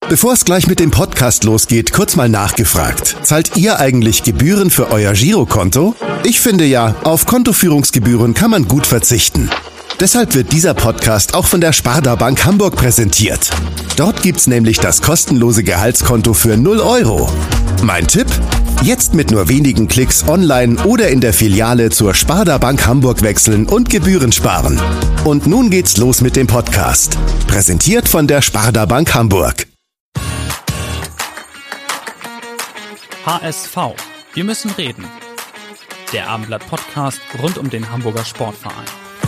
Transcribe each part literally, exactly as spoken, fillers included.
Bevor es gleich mit dem Podcast losgeht, kurz mal nachgefragt. Zahlt ihr eigentlich Gebühren für euer Girokonto? Ich finde ja, auf Kontoführungsgebühren kann man gut verzichten. Deshalb wird dieser Podcast auch von der Sparda Bank Hamburg präsentiert. Dort gibt's nämlich das kostenlose Gehaltskonto für null Euro. Mein Tipp? Jetzt mit nur wenigen Klicks online oder in der Filiale zur Sparda Bank Hamburg wechseln und Gebühren sparen. Und nun geht's los mit dem Podcast. Präsentiert von der Sparda Bank Hamburg. H S V. Wir müssen reden. Der Abendblatt-Podcast rund um den Hamburger Sportverein.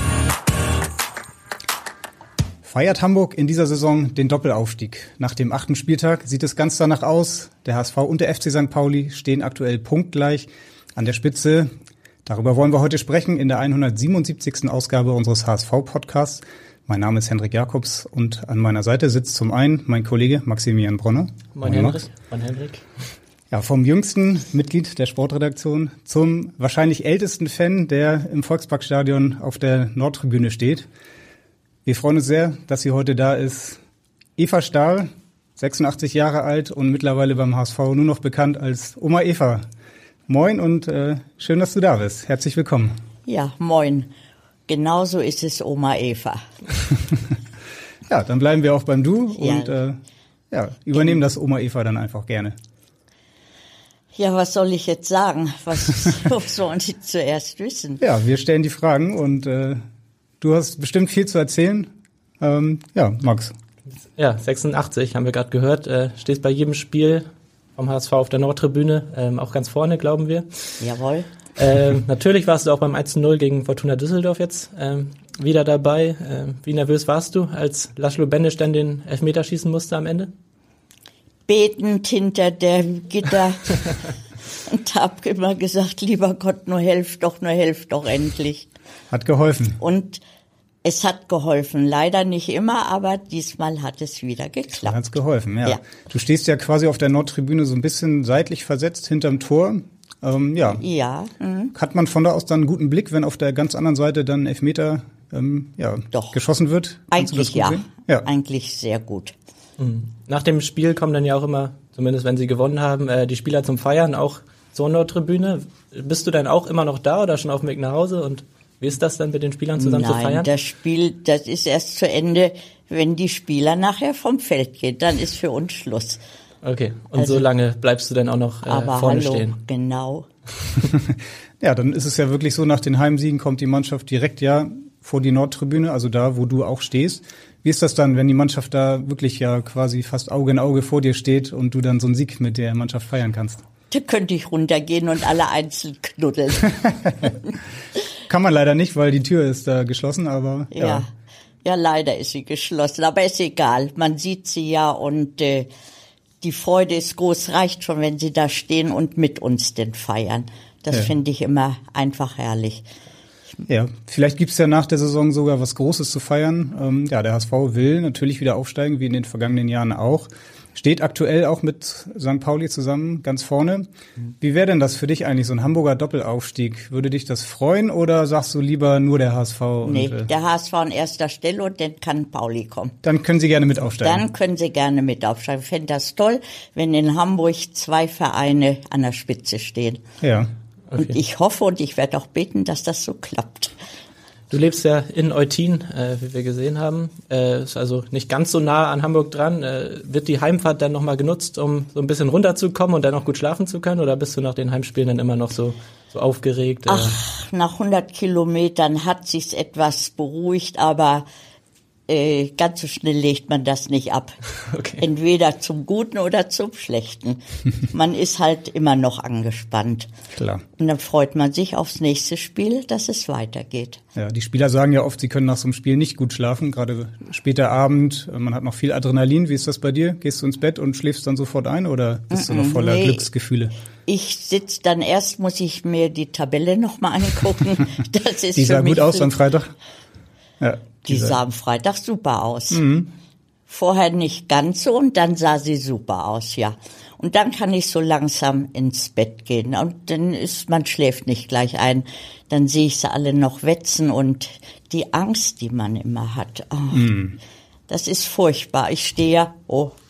Feiert Hamburg in dieser Saison den Doppelaufstieg. Nach dem achten Spieltag sieht es ganz danach aus. Der H S V und der F C Sankt Pauli stehen aktuell punktgleich an der Spitze. Darüber wollen wir heute sprechen in der hundertsiebenundsiebzigsten Ausgabe unseres H S V-Podcasts. Mein Name ist Hendrik Jakobs und an meiner Seite sitzt zum einen mein Kollege Maximilian Bronner. Mein Hendrik. Mein Hendrik. Ja, vom jüngsten Mitglied der Sportredaktion zum wahrscheinlich ältesten Fan, der im Volksparkstadion auf der Nordtribüne steht. Wir freuen uns sehr, dass sie heute da ist. Eva Stahl, sechsundachtzig Jahre alt und mittlerweile beim H S V nur noch bekannt als Oma Eva. Moin und äh, schön, dass du da bist. Herzlich willkommen. Ja, moin. Genauso ist es, Oma Eva. Ja, dann bleiben wir auch beim Du Ja. und äh, ja, übernehmen das Oma Eva dann einfach gerne. Ja, was soll ich jetzt sagen? Was sollen Sie zuerst wissen? Ja, wir stellen die Fragen und äh, du hast bestimmt viel zu erzählen. Ähm, ja, Max. Ja, sechsundachtzig, haben wir gerade gehört. Äh, stehst bei jedem Spiel vom H S V auf der Nordtribüne, ähm, auch ganz vorne, glauben wir. Jawohl. Ähm, natürlich warst du auch beim eins zu null gegen Fortuna Düsseldorf jetzt ähm, wieder dabei. Ähm, wie nervös warst du, als Laszlo Bendisch dann den Elfmeter schießen musste am Ende? Betend hinter der Gitter und hab immer gesagt, lieber Gott, nur helf doch, nur helf doch endlich. Hat geholfen. Und es hat geholfen. Leider nicht immer, aber diesmal hat es wieder geklappt. Hat's geholfen, ja. Ja. Du stehst ja quasi auf der Nordtribüne so ein bisschen seitlich versetzt hinterm Tor. Ähm, ja. Ja. Mhm. Hat man von da aus dann einen guten Blick, wenn auf der ganz anderen Seite dann Elfmeter ähm, ja, Doch. geschossen wird? Kannst du das Eigentlich gut ja. sehen? Ja. Eigentlich sehr gut. Nach dem Spiel kommen dann ja auch immer, zumindest wenn sie gewonnen haben, äh, die Spieler zum Feiern, auch zur Nordtribüne. Bist du dann auch immer noch da oder schon auf dem Weg nach Hause? Und wie ist das dann mit den Spielern zusammen Nein, zu feiern? das Spiel, das ist erst zu Ende, wenn die Spieler nachher vom Feld gehen. Dann ist für uns Schluss. Okay, und Also- so lange bleibst du dann auch noch äh, Aber vorne hallo, stehen? genau. Ja, dann ist es ja wirklich so, nach den Heimsiegen kommt die Mannschaft direkt ja vor die Nordtribüne, also da, wo du auch stehst. Wie ist das dann, wenn die Mannschaft da wirklich ja quasi fast Auge in Auge vor dir steht und du dann so einen Sieg mit der Mannschaft feiern kannst? Da könnte ich runtergehen und alle einzeln knuddeln. Kann man leider nicht, weil die Tür ist da geschlossen, aber ja. Ja. ja, leider ist sie geschlossen, aber ist egal. Man sieht sie ja und äh, die Freude ist groß, reicht schon, wenn sie da stehen und mit uns den feiern. Das Ja. finde ich immer einfach herrlich. Ja, vielleicht gibt's ja nach der Saison sogar was Großes zu feiern. Ähm, ja, der H S V will natürlich wieder aufsteigen, wie in den vergangenen Jahren auch. Steht aktuell auch mit Sankt Pauli zusammen ganz vorne. Wie wäre denn das für dich eigentlich, so ein Hamburger Doppelaufstieg? Würde dich das freuen oder sagst du lieber nur der H S V? Und, Nee, äh, der H S V an erster Stelle und dann kann Pauli kommen. dann können sie gerne mit aufsteigen. Dann können sie gerne mit aufsteigen. Ich fände das toll, wenn in Hamburg zwei Vereine an der Spitze stehen. Ja. Und Okay. ich hoffe und ich werde auch beten, dass das so klappt. Du lebst ja in Eutin, äh, wie wir gesehen haben. Äh, ist also nicht ganz so nah an Hamburg dran. Äh, wird die Heimfahrt dann nochmal genutzt, um so ein bisschen runterzukommen und dann auch gut schlafen zu können? Oder bist du nach den Heimspielen dann immer noch so, so aufgeregt? Äh? Ach, nach hundert Kilometern hat sich's etwas beruhigt, aber äh, ganz so schnell legt man das nicht ab. Okay. Entweder zum Guten oder zum Schlechten. Man ist halt immer noch angespannt. Klar. Und dann freut man sich aufs nächste Spiel, dass es weitergeht. Ja, die Spieler sagen ja oft, sie können nach so einem Spiel nicht gut schlafen, gerade später Abend. Man hat noch viel Adrenalin. Wie ist das bei dir? Gehst du ins Bett und schläfst dann sofort ein oder bist du noch voller Nee. Glücksgefühle? Ich sitz dann erst, muss ich mir die Tabelle noch mal angucken. Das ist Die für sah mich gut aus so- am Freitag? Ja. Die sah am Freitag super aus. Vorher nicht ganz so und dann sah sie super aus, ja. Und dann kann ich so langsam ins Bett gehen. Und dann ist, man schläft nicht gleich ein. Dann sehe ich sie alle noch wetzen und die Angst, die man immer hat. Oh, das ist furchtbar. Ich stehe ja, oh, ich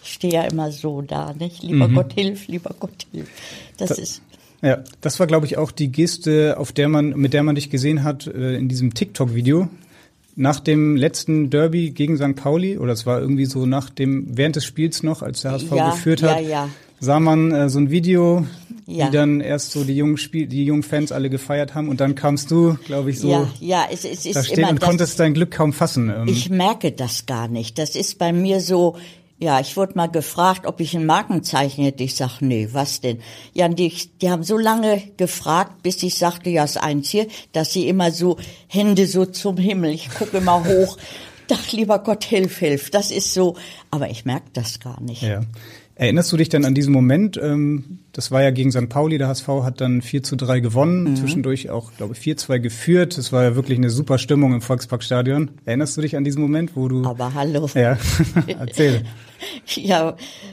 Ich stehe ja immer so da, nicht? Lieber mhm. Gott hilf, lieber Gott hilf. Das, das ist... Ja, das war, glaube ich, auch die Geste, auf der man, mit der man dich gesehen hat äh, in diesem TikTok-Video. Nach dem letzten Derby gegen Sankt Pauli, oder es war irgendwie so nach dem, während des Spiels noch, als der H S V ja, geführt hat, ja, ja. sah man äh, so ein Video, ja. die dann erst so die jungen Spiel, die jungen Fans alle gefeiert haben und dann kamst du, glaube ich, so ja, ja, es, es ist da stehen immer und das, konntest dein Glück kaum fassen. Ähm. Ich merke das gar nicht. Das ist bei mir so. Ja, ich wurde mal gefragt, ob ich ein Markenzeichen hätte. Ich sag, nee, was denn? Ja, die, die haben so lange gefragt, bis ich sagte, ja, das eins hier, dass sie immer so Hände so zum Himmel. Ich gucke immer hoch. Ach, lieber Gott, hilf, hilf. Das ist so. Aber ich merke das gar nicht. Ja. Erinnerst du dich denn an diesen Moment? Ähm, das war ja gegen Sankt Pauli. Der H S V hat dann vier zu drei gewonnen. Mhm. Zwischendurch auch, glaube ich, vier zwei geführt. Das war ja wirklich eine super Stimmung im Volksparkstadion. Erinnerst du dich an diesen Moment, wo du... Aber hallo. Ja, erzähl. Ja,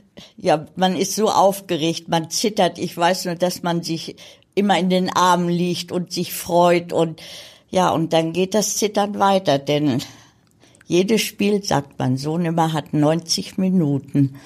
ja, man ist so aufgeregt, man zittert. Ich weiß nur, dass man sich immer in den Armen liegt und sich freut. Und ja, und dann geht das Zittern weiter. Denn jedes Spiel, sagt mein Sohn immer, hat neunzig Minuten.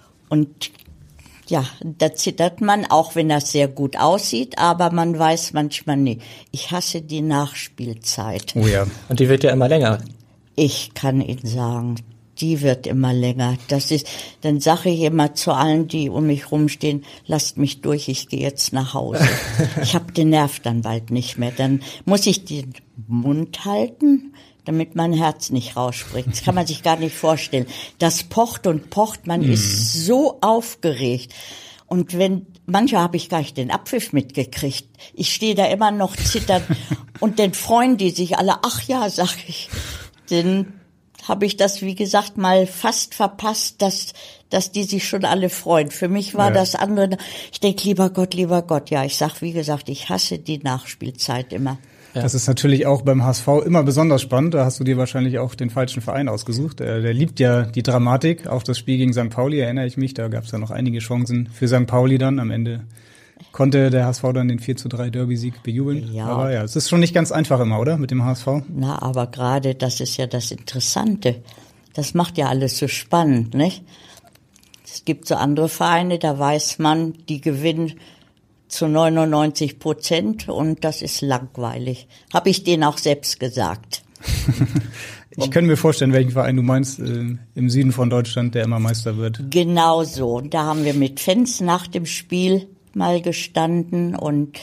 Und ja, da zittert man, auch wenn das sehr gut aussieht, aber man weiß manchmal nicht. Ich hasse die Nachspielzeit. Oh ja. Und die wird ja immer länger. Ich kann Ihnen sagen, die wird immer länger. Das ist, dann sage ich immer zu allen, die um mich rumstehen, lasst mich durch, ich gehe jetzt nach Hause. Ich habe den Nerv dann bald nicht mehr. Dann muss ich den Mund halten, damit mein Herz nicht rausspringt. Das kann man sich gar nicht vorstellen. Das pocht und pocht, man mm. ist so aufgeregt. Und wenn, manchmal habe ich gar nicht den Abpfiff mitgekriegt. Ich stehe da immer noch zitternd und dann freuen die sich alle, ach ja, sag ich. Dann habe ich das, wie gesagt, mal fast verpasst, dass, dass die sich schon alle freuen. Für mich war ja. das andere, ich denke, lieber Gott, lieber Gott. Ja, ich sag, wie gesagt, ich hasse die Nachspielzeit immer. Ja. Das ist natürlich auch beim H S V immer besonders spannend. Da hast du dir wahrscheinlich auch den falschen Verein ausgesucht. Der, der liebt ja die Dramatik. Auch das Spiel gegen Sankt Pauli erinnere ich mich. Da gab es ja noch einige Chancen für Sankt Pauli dann. Am Ende konnte der H S V dann den vier zu drei Derby-Sieg bejubeln. Ja. Aber ja, es ist schon nicht ganz einfach immer, oder? Mit dem H S V? Na, aber gerade das ist ja das Interessante. Das macht ja alles so spannend, nicht? Es gibt so andere Vereine, da weiß man, die gewinnen zu neunundneunzig Prozent und das ist langweilig. Habe ich denen auch selbst gesagt. Ich könnte mir vorstellen, welchen Verein du meinst, äh, im Süden von Deutschland, der immer Meister wird. Genau so. Und da haben wir mit Fans nach dem Spiel mal gestanden und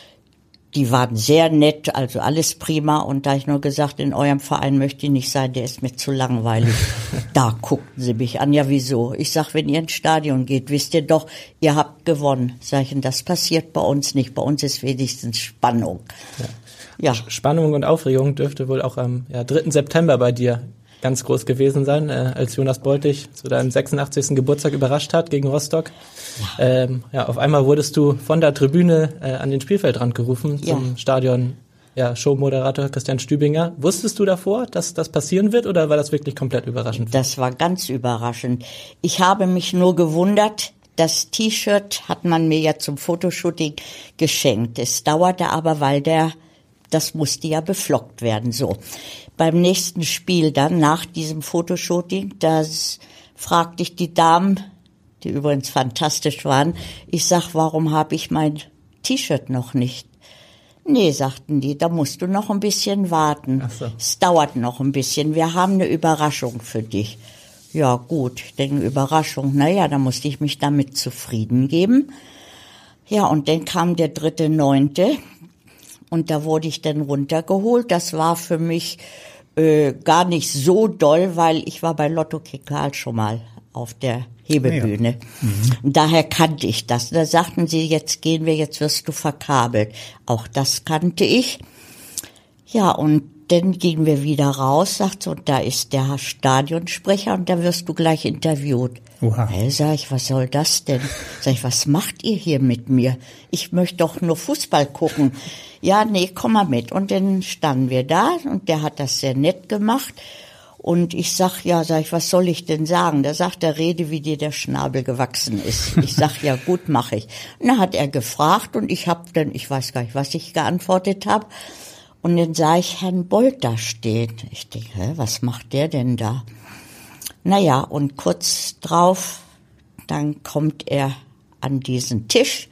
die waren sehr nett, also alles prima. Und da ich nur gesagt, in eurem Verein möchte ich nicht sein, der ist mir zu langweilig. Da guckten sie mich an, ja wieso? Ich sag, wenn ihr ins Stadion geht, wisst ihr doch, ihr habt gewonnen. Sag ich, und das passiert bei uns nicht. Bei uns ist wenigstens Spannung. Ja. Ja. Spannung und Aufregung dürfte wohl auch am ja, dritten September bei dir ganz groß gewesen sein, äh, als Jonas Bold dich zu deinem sechsundachtzigsten Geburtstag überrascht hat gegen Rostock. Ja. Ähm, ja, auf einmal wurdest du von der Tribüne äh, an den Spielfeldrand gerufen ja. zum Stadion. Ja, Showmoderator Christian Stübinger. Wusstest du davor, dass das passieren wird, oder war das wirklich komplett überraschend? Das war ganz überraschend. Ich habe mich nur gewundert. Das T-Shirt hat man mir ja zum Fotoshooting geschenkt. Es dauerte aber, weil der, das musste ja beflockt werden, so. Beim nächsten Spiel dann, nach diesem Fotoshooting, das fragte ich die Damen, die übrigens fantastisch waren, ich sag, warum habe ich mein T-Shirt noch nicht? Nee, sagten die, da musst du noch ein bisschen warten. Ach so. Es dauert noch ein bisschen, wir haben eine Überraschung für dich. Ja gut, ich denke, Überraschung, naja, da musste ich mich damit zufrieden geben. Ja, und dann kam der dritte Neunte. Und da wurde ich dann runtergeholt. Das war für mich äh, gar nicht so doll, weil ich war bei Lotto Kekal schon mal auf der Hebebühne. Ja. Mhm. Daher kannte ich das. Da sagten sie, jetzt gehen wir, jetzt wirst du verkabelt. Auch das kannte ich. Ja, und dann gingen wir wieder raus, sagt so, und da ist der Stadionsprecher und da wirst du gleich interviewt. Oha. Hey, sag ich, was soll das denn? Sag ich, was macht ihr hier mit mir? Ich möchte doch nur Fußball gucken. Ja, nee, komm mal mit. Und dann standen wir da und der hat das sehr nett gemacht. Und ich sag, ja, sag ich, was soll ich denn sagen? Da sagt er, rede, wie dir der Schnabel gewachsen ist. Ich sag, ja gut, mache ich. Und dann hat er gefragt und ich habe dann, ich weiß gar nicht, was ich geantwortet habe. Und dann sah ich Herrn Bold da stehen. Ich denke, hä, was macht der denn da? Naja, und kurz drauf dann kommt er an diesen Tisch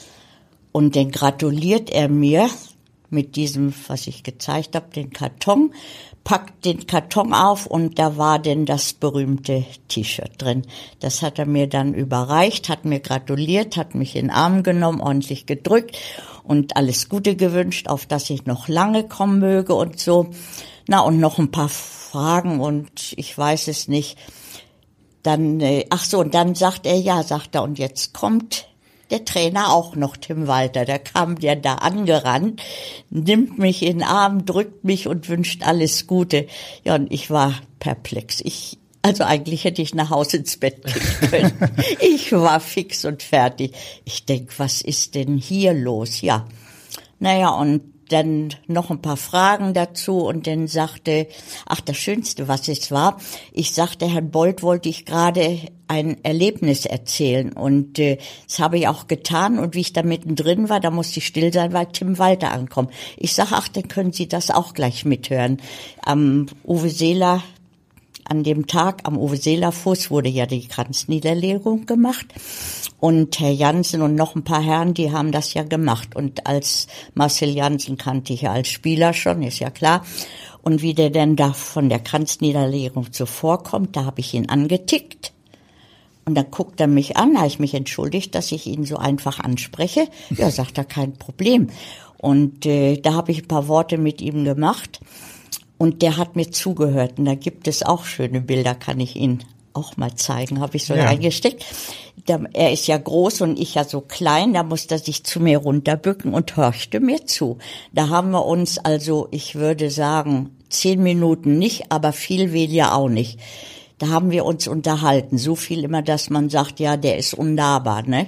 und dann gratuliert er mir mit diesem, was ich gezeigt habe, den Karton, packt den Karton auf und da war denn das berühmte T-Shirt drin. Das hat er mir dann überreicht, hat mir gratuliert, hat mich in den Arm genommen, ordentlich gedrückt und alles Gute gewünscht, auf dass ich noch lange kommen möge und so. Na, und noch ein paar Fragen und ich weiß es nicht. Dann, äh, ach so, und dann sagt er, ja, sagt er, und jetzt kommt der Trainer auch noch, Tim Walter. Der kam ja da angerannt, nimmt mich in den Arm, drückt mich und wünscht alles Gute. Ja, und ich war perplex. Ich, also eigentlich hätte ich nach Hause ins Bett gehen können. Ich war fix und fertig. Ich denk, was ist denn hier los? Ja, naja, und dann noch ein paar Fragen dazu und dann sagte, ach, das Schönste, was es war, ich sagte, Herrn Bold wollte ich gerade ein Erlebnis erzählen und äh, das habe ich auch getan und wie ich da mittendrin war, da musste ich still sein, weil Tim Walter ankommt. Ich sage, ach, dann können Sie das auch gleich mithören. Am Uwe Seeler, an dem Tag, am Uwe Seeler Fuß wurde ja die Kranzniederlegung gemacht. Und Herr Jansen und noch ein paar Herren, die haben das ja gemacht. Und als Marcel Jansen kannte ich ja als Spieler schon, ist ja klar. Und wie der denn da von der Kranzniederlegung zuvorkommt, da habe ich ihn angetickt. Und dann guckt er mich an, habe ich mich entschuldigt, dass ich ihn so einfach anspreche. Ja, sagt er, kein Problem. Und äh, da habe ich ein paar Worte mit ihm gemacht. Und der hat mir zugehört. Und da gibt es auch schöne Bilder, kann ich Ihnen auch mal zeigen, habe ich so ja. reingesteckt. Da, er ist ja groß und ich ja so klein, da musste er sich zu mir runterbücken und horchte mir zu. Da haben wir uns also, ich würde sagen, zehn Minuten nicht, aber viel weniger auch nicht. Da haben wir uns unterhalten. So viel immer, dass man sagt, ja, der ist unnahbar, ne?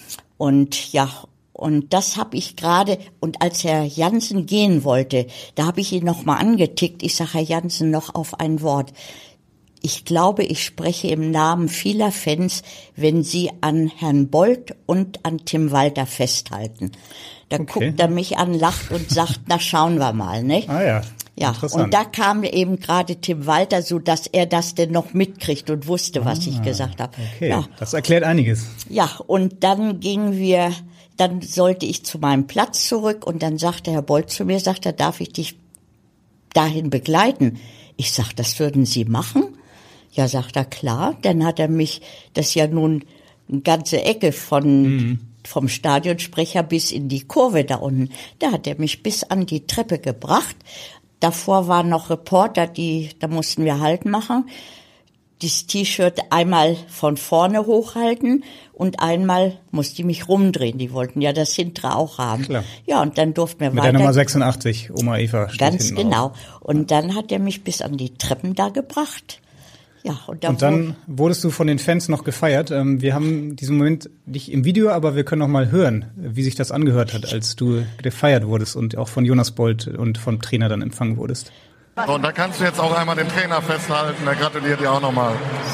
Und ja, und das habe ich gerade, und als Herr Jansen gehen wollte, da habe ich ihn noch mal angetickt. Ich sage, Herr Jansen, noch auf ein Wort. Ich glaube, ich spreche im Namen vieler Fans, wenn Sie an Herrn Bold und an Tim Walter festhalten. Da okay. guckt er mich an, lacht und sagt, na schauen wir mal, ne? Ah ja. Ja, und da kam eben gerade Tim Walter, so dass er das denn noch mitkriegt und wusste, was ah, ich gesagt habe. Okay, ja. Das erklärt einiges. Ja, und dann gingen wir, dann sollte ich zu meinem Platz zurück und dann sagte Herr Bold zu mir, sagt er, darf ich dich dahin begleiten? Ich sag, das würden Sie machen? Ja, sagt er, klar. Dann hat er mich, das ist ja nun eine ganze Ecke von, mhm. vom Stadionsprecher bis in die Kurve da unten. Da hat er mich bis an die Treppe gebracht. Davor waren noch Reporter, die, da mussten wir Halt machen. Das T-Shirt einmal von vorne hochhalten und einmal musste ich mich rumdrehen. Die wollten ja das hintere auch haben. Klar. Ja, und dann durften wir Mit weiter. Mit der Nummer sechsundachtzig, Oma Eva steht Ganz genau. Auf. Und dann hat er mich bis an die Treppen da gebracht. Ja, und, da und dann wurdest du von den Fans noch gefeiert. Wir haben diesen Moment nicht im Video, aber wir können noch mal hören, wie sich das angehört hat, als du gefeiert wurdest und auch von Jonas Bold und vom Trainer dann empfangen wurdest. Und da kannst du jetzt auch einmal den Trainer festhalten, der gratuliert dir auch nochmal.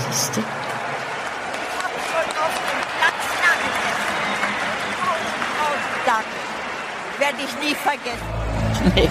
Danke. Werde ich nie vergessen. Nee.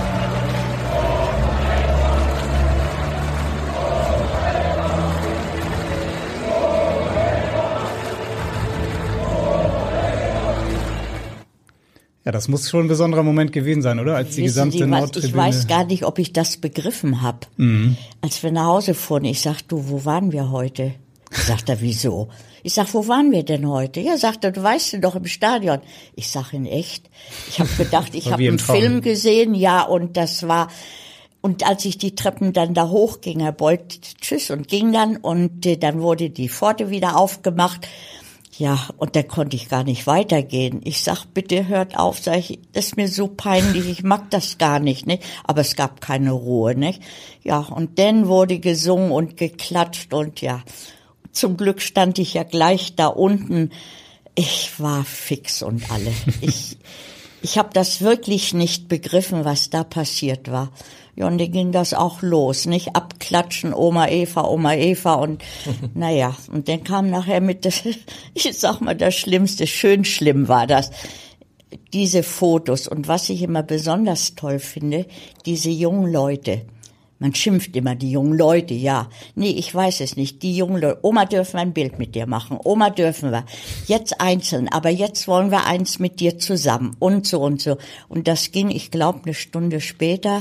Ja, das muss schon ein besonderer Moment gewesen sein, oder? Als die Wissen gesamte Sie, Nordtribüne. Ich weiß gar nicht, ob ich das begriffen habe. Mhm. Als wir nach Hause fuhren, ich sag, du, wo waren wir heute? Sagt er, wieso? Ich sag, wo waren wir denn heute? Ja, sagt er, du weißt doch im Stadion. Ich sag, in echt? Ich habe gedacht, ich habe einen Film gesehen, ja, und das war. Und als ich die Treppen dann da hochging, Herr Bold, tschüss, und ging dann, und äh, dann wurde die Pforte wieder aufgemacht. Ja, und da konnte ich gar nicht weitergehen. Ich sag, bitte hört auf, sag ich, das ist mir so peinlich, ich mag das gar nicht, ne? Aber es gab keine Ruhe, ne? Ja, und dann wurde gesungen und geklatscht und ja, zum Glück stand ich ja gleich da unten. Ich war fix und alle. Ich, ich habe das wirklich nicht begriffen, was da passiert war. Ja, und dann ging das auch los, nicht abklatschen, Oma Eva, Oma Eva und naja, und dann kam nachher mit, das, ich sag mal, das Schlimmste, schön schlimm war das, diese Fotos. Und was ich immer besonders toll finde, diese jungen Leute. Man schimpft immer die jungen Leute, ja. Nee, ich weiß es nicht. Die jungen Leute, Oma, dürfen wir ein Bild mit dir machen? Oma, dürfen wir. Jetzt einzeln, aber jetzt wollen wir eins mit dir zusammen und so und so. Und das ging, ich glaube, eine Stunde später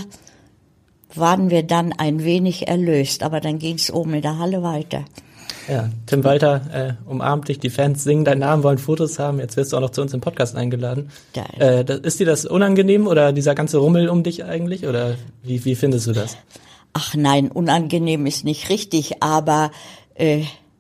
waren wir dann ein wenig erlöst, aber dann ging es oben in der Halle weiter. Ja, Tim Walter äh, umarmt dich, die Fans singen deinen Namen, wollen Fotos haben, jetzt wirst du auch noch zu uns im Podcast eingeladen. Äh, das, ist dir das unangenehm oder dieser ganze Rummel um dich eigentlich oder wie, wie findest du das? Ach nein, unangenehm ist nicht richtig, aber äh,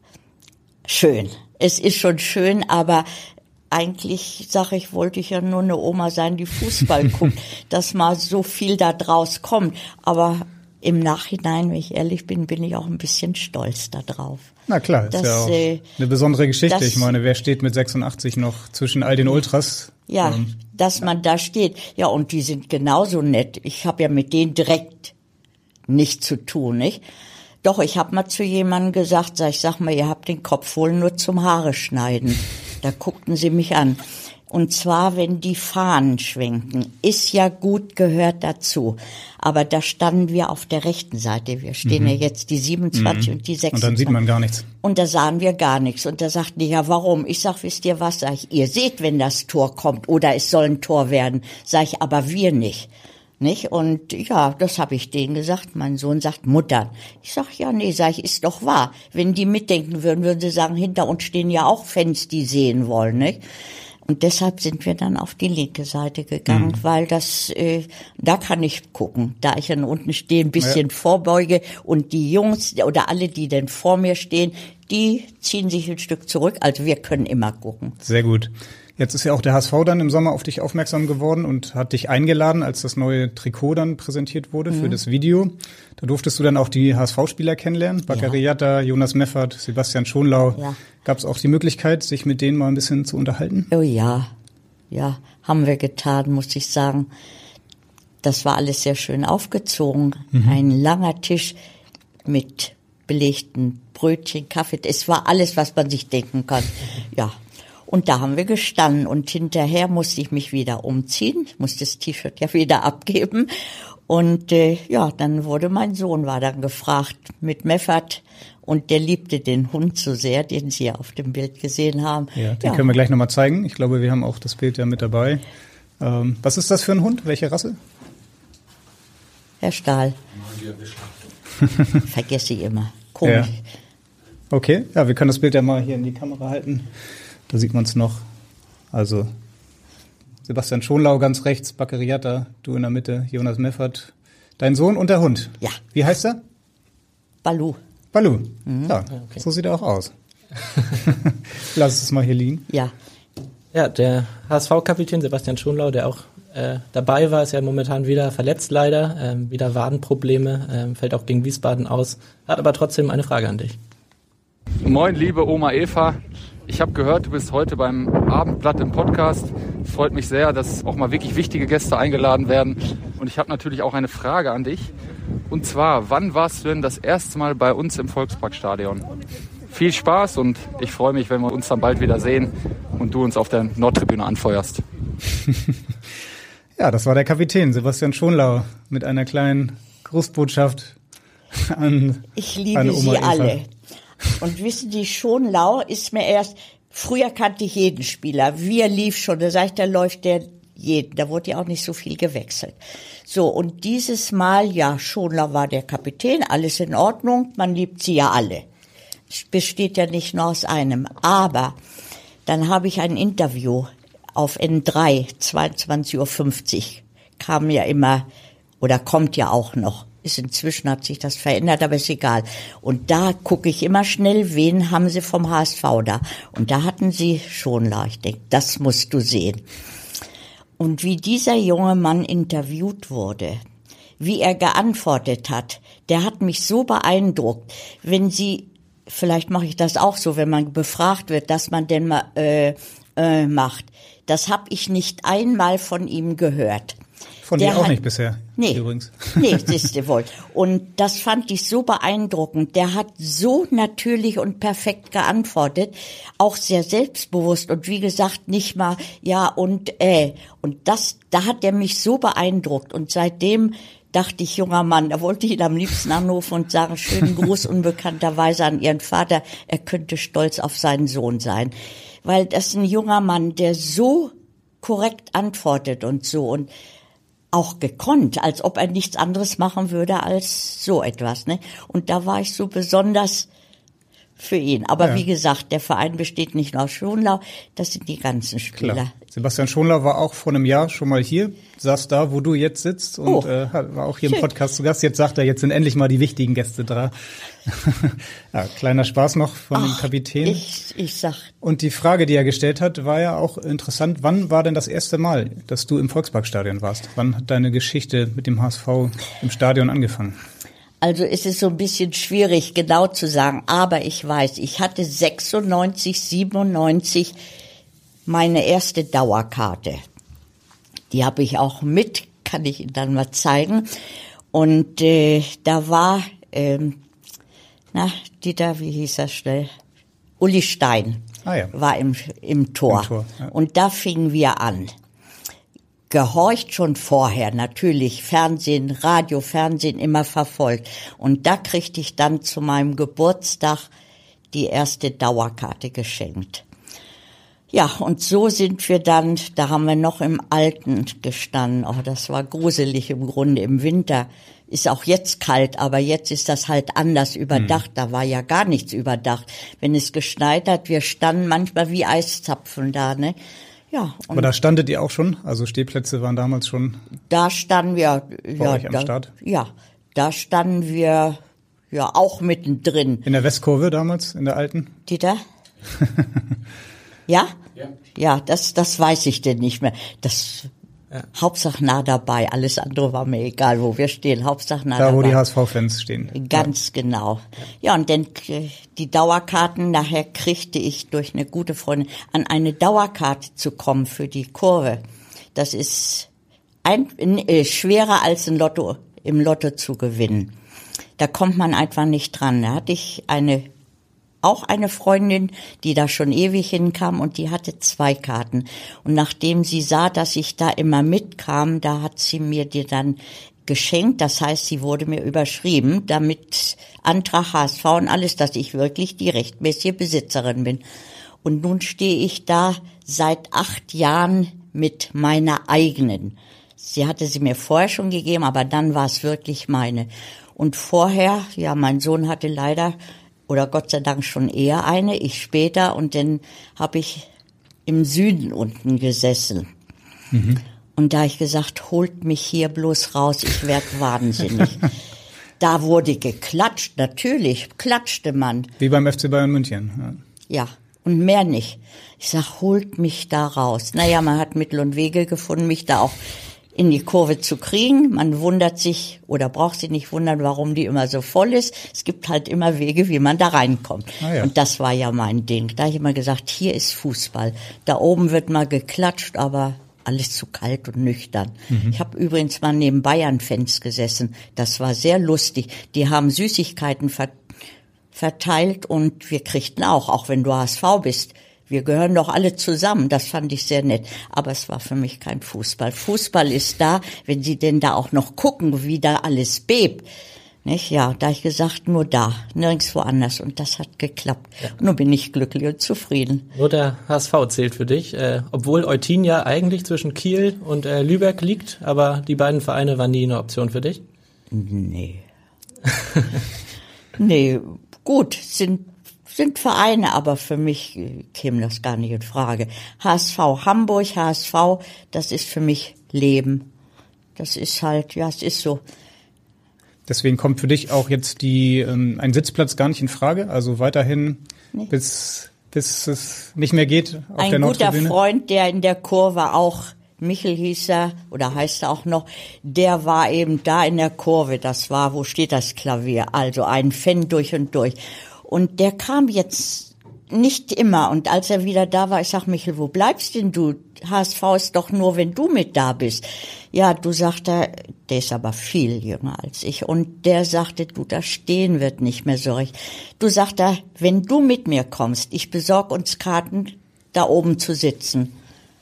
schön. Es ist schon schön, aber eigentlich, sag ich, wollte ich ja nur eine Oma sein, die Fußball guckt, dass mal so viel da draus kommt. Aber im Nachhinein, wenn ich ehrlich bin, bin ich auch ein bisschen stolz da drauf. Na klar, ist das, ja auch äh, eine besondere Geschichte. das, ich meine, wer steht mit sechsundachtzig noch zwischen all den Ultras? Ja, ähm, dass man da steht. Ja, und die sind genauso nett. Ich habe ja mit denen direkt nichts zu tun, nicht? Doch, ich habe mal zu jemandem gesagt, sag ich, sag mal, ihr habt den Kopf wohl nur zum Haare schneiden. Da guckten sie mich an. Und zwar, wenn die Fahnen schwenken, ist ja gut, gehört dazu. Aber da standen wir auf der rechten Seite. Wir stehen mhm. ja jetzt die siebenundzwanzig mhm. und die sechsundzwanzig. Und dann sieht man gar nichts. Und da sahen wir gar nichts. Und da sagten die, ja, warum? Ich sag, wisst ihr was? Sag ich, ihr seht, wenn das Tor kommt oder es soll ein Tor werden. Sag ich, aber wir nicht. Nicht? Und ja, das habe ich denen gesagt. Mein Sohn sagt, Mutter. Ich sag, ja, nee, sag ich, ist doch wahr. Wenn die mitdenken würden, würden sie sagen, hinter uns stehen ja auch Fans, die sehen wollen, nicht? Und deshalb sind wir dann auf die linke Seite gegangen, mhm. weil das, äh, da kann ich gucken. Da ich dann unten stehe, ein bisschen ja. vorbeuge und die Jungs oder alle, die denn vor mir stehen, die ziehen sich ein Stück zurück. Also wir können immer gucken. Sehr gut. Jetzt ist ja auch der H S V dann im Sommer auf dich aufmerksam geworden und hat dich eingeladen, als das neue Trikot dann präsentiert wurde mhm. für das Video. Da durftest du dann auch die H S V-Spieler kennenlernen. Bakary Jatta, Jonas Meffert, Sebastian Schonlau. Ja. Gab es auch die Möglichkeit, sich mit denen mal ein bisschen zu unterhalten? Oh ja, ja, haben wir getan, muss ich sagen. Das war alles sehr schön aufgezogen. Mhm. Ein langer Tisch mit belegten Brötchen, Kaffee. Es war alles, was man sich denken kann. Ja. Und da haben wir gestanden und hinterher musste ich mich wieder umziehen, musste das T-Shirt ja wieder abgeben und äh, ja, dann wurde mein Sohn, war dann gefragt mit Meffert und der liebte den Hund so sehr, den Sie ja auf dem Bild gesehen haben. Ja, den ja. können wir gleich nochmal zeigen. Ich glaube, wir haben auch das Bild ja mit dabei. Ähm, was ist das für ein Hund? Welche Rasse? Herr Stahl. Vergesse ich immer. Komisch. Ja. Okay, ja, wir können das Bild ja mal hier in die Kamera halten. Da sieht man es noch. Also Sebastian Schonlau ganz rechts, Bakary Jatta, du in der Mitte, Jonas Meffert, dein Sohn und der Hund. Ja. Wie heißt er? Balu. Balu. Mhm. Ja, okay. So sieht er auch aus. Lass es mal hier liegen. Ja. Ja, der H S V-Kapitän Sebastian Schonlau, der auch äh, dabei war, ist ja momentan wieder verletzt leider, ähm, wieder Wadenprobleme, ähm, fällt auch gegen Wiesbaden aus, hat aber trotzdem eine Frage an dich. Moin, liebe Oma Eva. Ich habe gehört, du bist heute beim Abendblatt im Podcast. Es freut mich sehr, dass auch mal wirklich wichtige Gäste eingeladen werden. Und ich habe natürlich auch eine Frage an dich. Und zwar, wann warst du denn das erste Mal bei uns im Volksparkstadion? Viel Spaß und ich freue mich, wenn wir uns dann bald wieder sehen und du uns auf der Nordtribüne anfeuerst. Ja, das war der Kapitän Sebastian Schonlau mit einer kleinen Grußbotschaft an Ich liebe an Oma Sie Eva. alle. Und wissen Sie, Schonlau ist mir erst, früher kannte ich jeden Spieler, wir lief schon, da sag ich, da läuft der jeden, da wurde ja auch nicht so viel gewechselt. So, und dieses Mal, ja, Schonlau war der Kapitän, alles in Ordnung, man liebt sie ja alle. Es besteht ja nicht nur aus einem, aber dann habe ich ein Interview auf N drei, zweiundzwanzig Uhr fünfzig, kam ja immer, oder kommt ja auch noch. Ist inzwischen hat sich das verändert, aber ist egal. Und da gucke ich immer schnell, wen haben sie vom H S V da. Und da hatten sie Schonlau. Ich denke, das musst du sehen. Und wie dieser junge Mann interviewt wurde, wie er geantwortet hat, der hat mich so beeindruckt. Wenn Sie, vielleicht mache ich das auch so, wenn man befragt wird, dass man denn mal äh, äh, macht. Das habe ich nicht einmal von ihm gehört. Von der dir auch hat, nicht bisher, nee, übrigens. Nee, siehst du wohl. Und das fand ich so beeindruckend. Der hat so natürlich und perfekt geantwortet, auch sehr selbstbewusst und wie gesagt nicht mal ja und äh. Und das, da hat er mich so beeindruckt und seitdem dachte ich, junger Mann, da wollte ich ihn am liebsten anrufen und sagen, schönen Gruß unbekannterweise an Ihren Vater, er könnte stolz auf seinen Sohn sein. Weil das ist ein junger Mann, der so korrekt antwortet und so und auch gekonnt, als ob er nichts anderes machen würde als so etwas, ne? Und da war ich so besonders für ihn. Aber ja. Wie gesagt, der Verein besteht nicht nur aus Schonlau, das sind die ganzen Spieler. Klar. Sebastian Schonlau war auch vor einem Jahr schon mal hier, saß da, wo du jetzt sitzt und oh, äh, war auch hier schön. Im Podcast zu Gast. Jetzt sagt er, jetzt sind endlich mal die wichtigen Gäste da. Ja, kleiner Spaß noch von Ach, dem Kapitän. Ich, ich sag. Und die Frage, die er gestellt hat, war ja auch interessant. Wann war denn das erste Mal, dass du im Volksparkstadion warst? Wann hat deine Geschichte mit dem H S V im Stadion angefangen? Also ist es so ein bisschen schwierig, genau zu sagen. Aber ich weiß, ich hatte sechsundneunzig, siebenundneunzig meine erste Dauerkarte. Die habe ich auch mit, kann ich Ihnen dann mal zeigen. Und äh, da war, ähm, na, Dieter, wie hieß er schnell? Uli Stein ah, ja. war im, im Tor. Im Tor ja. Und da fingen wir an. Gehorcht schon vorher, natürlich, Fernsehen, Radio, Fernsehen immer verfolgt. Und da kriegte ich dann zu meinem Geburtstag die erste Dauerkarte geschenkt. Ja, und so sind wir dann, da haben wir noch im Alten gestanden. Oh, das war gruselig im Grunde im Winter. Ist auch jetzt kalt, aber jetzt ist das halt anders überdacht. Mhm. Da war ja gar nichts überdacht. Wenn es geschneit hat, wir standen manchmal wie Eiszapfen da, ne? Ja. Aber da standet ihr auch schon? Also Stehplätze waren damals schon? Da standen wir, bei ja, euch am da, Start? Ja, da standen wir, ja, auch mittendrin. In der Westkurve damals, in der alten? Dieter? Ja? Ja. Ja, das, das weiß ich denn nicht mehr. Das, ja. Hauptsache nah dabei. Alles andere war mir egal, wo wir stehen. Hauptsache nah da, dabei. Da, wo die H S V-Fans stehen. Ganz ja. genau. Ja, und dann die Dauerkarten, nachher kriegte ich durch eine gute Freundin an eine Dauerkarte zu kommen für die Kurve. Das ist ein, äh, schwerer als ein Lotto, im Lotto zu gewinnen. Da kommt man einfach nicht dran. Da hatte ich eine auch eine Freundin, die da schon ewig hinkam und die hatte zwei Karten. Und nachdem sie sah, dass ich da immer mitkam, da hat sie mir die dann geschenkt. Das heißt, sie wurde mir überschrieben, damit Antrag H S V und alles, dass ich wirklich die rechtmäßige Besitzerin bin. Und nun stehe ich da seit acht Jahren mit meiner eigenen. Sie hatte sie mir vorher schon gegeben, aber dann war es wirklich meine. Und vorher, ja, mein Sohn hatte leider oder Gott sei Dank schon eher eine, ich später. Und dann habe ich im Süden unten gesessen. Mhm. Und da habe ich gesagt, holt mich hier bloß raus, ich werde wahnsinnig. Da wurde geklatscht, natürlich, klatschte man. Wie beim F C Bayern München. Ja, ja, und mehr nicht. Ich sag, holt mich da raus. Naja, man hat Mittel und Wege gefunden, mich da auch in die Kurve zu kriegen. Man wundert sich oder braucht sich nicht wundern, warum die immer so voll ist. Es gibt halt immer Wege, wie man da reinkommt. Ah, ja. Und das war ja mein Ding. Da habe ich immer gesagt, hier ist Fußball. Da oben wird mal geklatscht, aber alles zu kalt und nüchtern. Mhm. Ich habe übrigens mal neben Bayern-Fans gesessen. Das war sehr lustig. Die haben Süßigkeiten ver- verteilt und wir kriegten auch, auch wenn du H S V bist, wir gehören doch alle zusammen. Das fand ich sehr nett. Aber es war für mich kein Fußball. Fußball ist da, wenn Sie denn da auch noch gucken, wie da alles bebt. Nicht? Ja, da habe ich gesagt, nur da, nirgendwo anders. Und das hat geklappt. Ja. Und nun bin ich glücklich und zufrieden. Nur der H S V zählt für dich, äh, obwohl Eutin ja eigentlich zwischen Kiel und äh, Lübeck liegt. Aber die beiden Vereine waren nie eine Option für dich? Nee. Nee, gut, sind sind Vereine, aber für mich käme das gar nicht in Frage. H S V Hamburg, H S V, das ist für mich Leben. Das ist halt, ja, es ist so. Deswegen kommt für dich auch jetzt die ähm, ein Sitzplatz gar nicht in Frage, also weiterhin nee. bis bis es nicht mehr geht auf ein der Nordtribüne. Ein guter Freund, der in der Kurve auch, Michel hieß er, oder heißt er auch noch, der war eben da in der Kurve, das war, wo steht das Klavier, also ein Fan durch und durch. Und der kam jetzt nicht immer. Und als er wieder da war, ich sag, Michel, wo bleibst denn du? H S V ist doch nur, wenn du mit da bist. Ja, du, sagt er, der ist aber viel jünger als ich. Und der sagte, du, da stehen wird nicht mehr so recht. Du, sagt er, wenn du mit mir kommst, ich besorg uns Karten, da oben zu sitzen.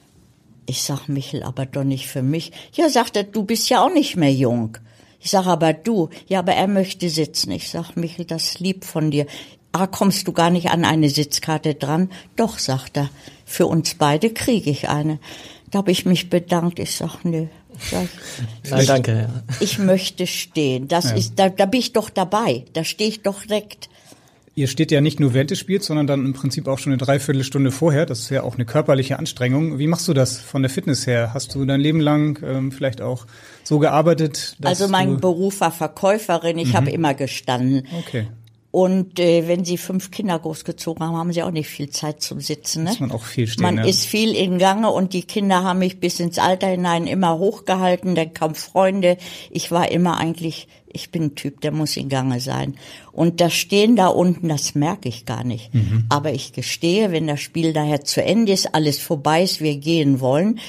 Ich sag, Michel, aber doch nicht für mich. Ja, sagt er, du bist ja auch nicht mehr jung. Ich sag, aber du, ja, aber er möchte sitzen. Ich sag, Michel, das ist lieb von dir. Ah, kommst du gar nicht an eine Sitzkarte dran? Doch, sagt er, für uns beide kriege ich eine. Da habe ich mich bedankt. Ich sag, nö. Sag, Nein, danke. Ja. Ich möchte stehen. Das Ja. ist, da, da bin ich doch dabei. Da stehe ich doch direkt. Ihr steht ja nicht nur während des Spiels, sondern dann im Prinzip auch schon eine Dreiviertelstunde vorher. Das ist ja auch eine körperliche Anstrengung. Wie machst du das von der Fitness her? Hast du dein Leben lang ähm, vielleicht auch so gearbeitet? Dass Also mein du Beruf war Verkäuferin. Ich Mhm. habe immer gestanden. Okay, Und äh, wenn sie fünf Kinder großgezogen haben, haben sie auch nicht viel Zeit zum Sitzen. Ne? muss man auch viel stehen. Man ja. ist viel in Gange und die Kinder haben mich bis ins Alter hinein immer hochgehalten, dann kaum Freunde. Ich war immer eigentlich, ich bin ein Typ, der muss in Gange sein. Und das Stehen da unten, das merke ich gar nicht. Mhm. Aber ich gestehe, wenn das Spiel daher zu Ende ist, alles vorbei ist, wir gehen wollen,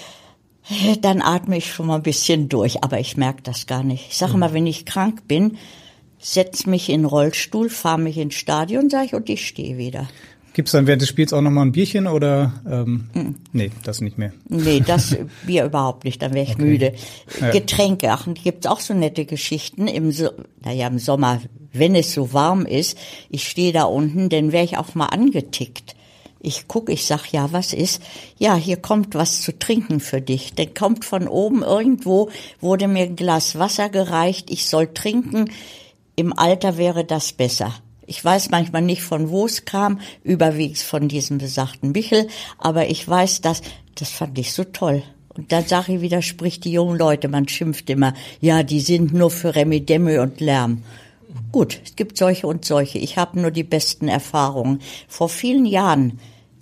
dann atme ich schon mal ein bisschen durch. Aber ich merke das gar nicht. Ich sage Mhm. mal, wenn ich krank bin, setz mich in den Rollstuhl, fahr mich ins Stadion, sag ich, und ich stehe wieder. Gibt's dann während des Spiels auch nochmal ein Bierchen oder? Ähm, mhm. Nee, das nicht mehr. Nee, das Bier überhaupt nicht, dann wäre ich Okay. müde. Ja. Getränke, ach, und gibt's auch so nette Geschichten im, so naja, im Sommer, wenn es so warm ist, ich stehe da unten, dann wäre ich auch mal angetickt. Ich guck, ich sag, ja, was ist? Ja, hier kommt was zu trinken für dich. Dann kommt von oben irgendwo, wurde mir ein Glas Wasser gereicht, ich soll trinken. Im Alter wäre das besser. Ich weiß manchmal nicht, von wo es kam, überwiegend von diesem besagten Michel, aber ich weiß, dass, das fand ich so toll. Und dann sage ich wieder, spricht die jungen Leute, man schimpft immer, ja, die sind nur für Remi Demi und Lärm. Gut, es gibt solche und solche. Ich habe nur die besten Erfahrungen. Vor vielen Jahren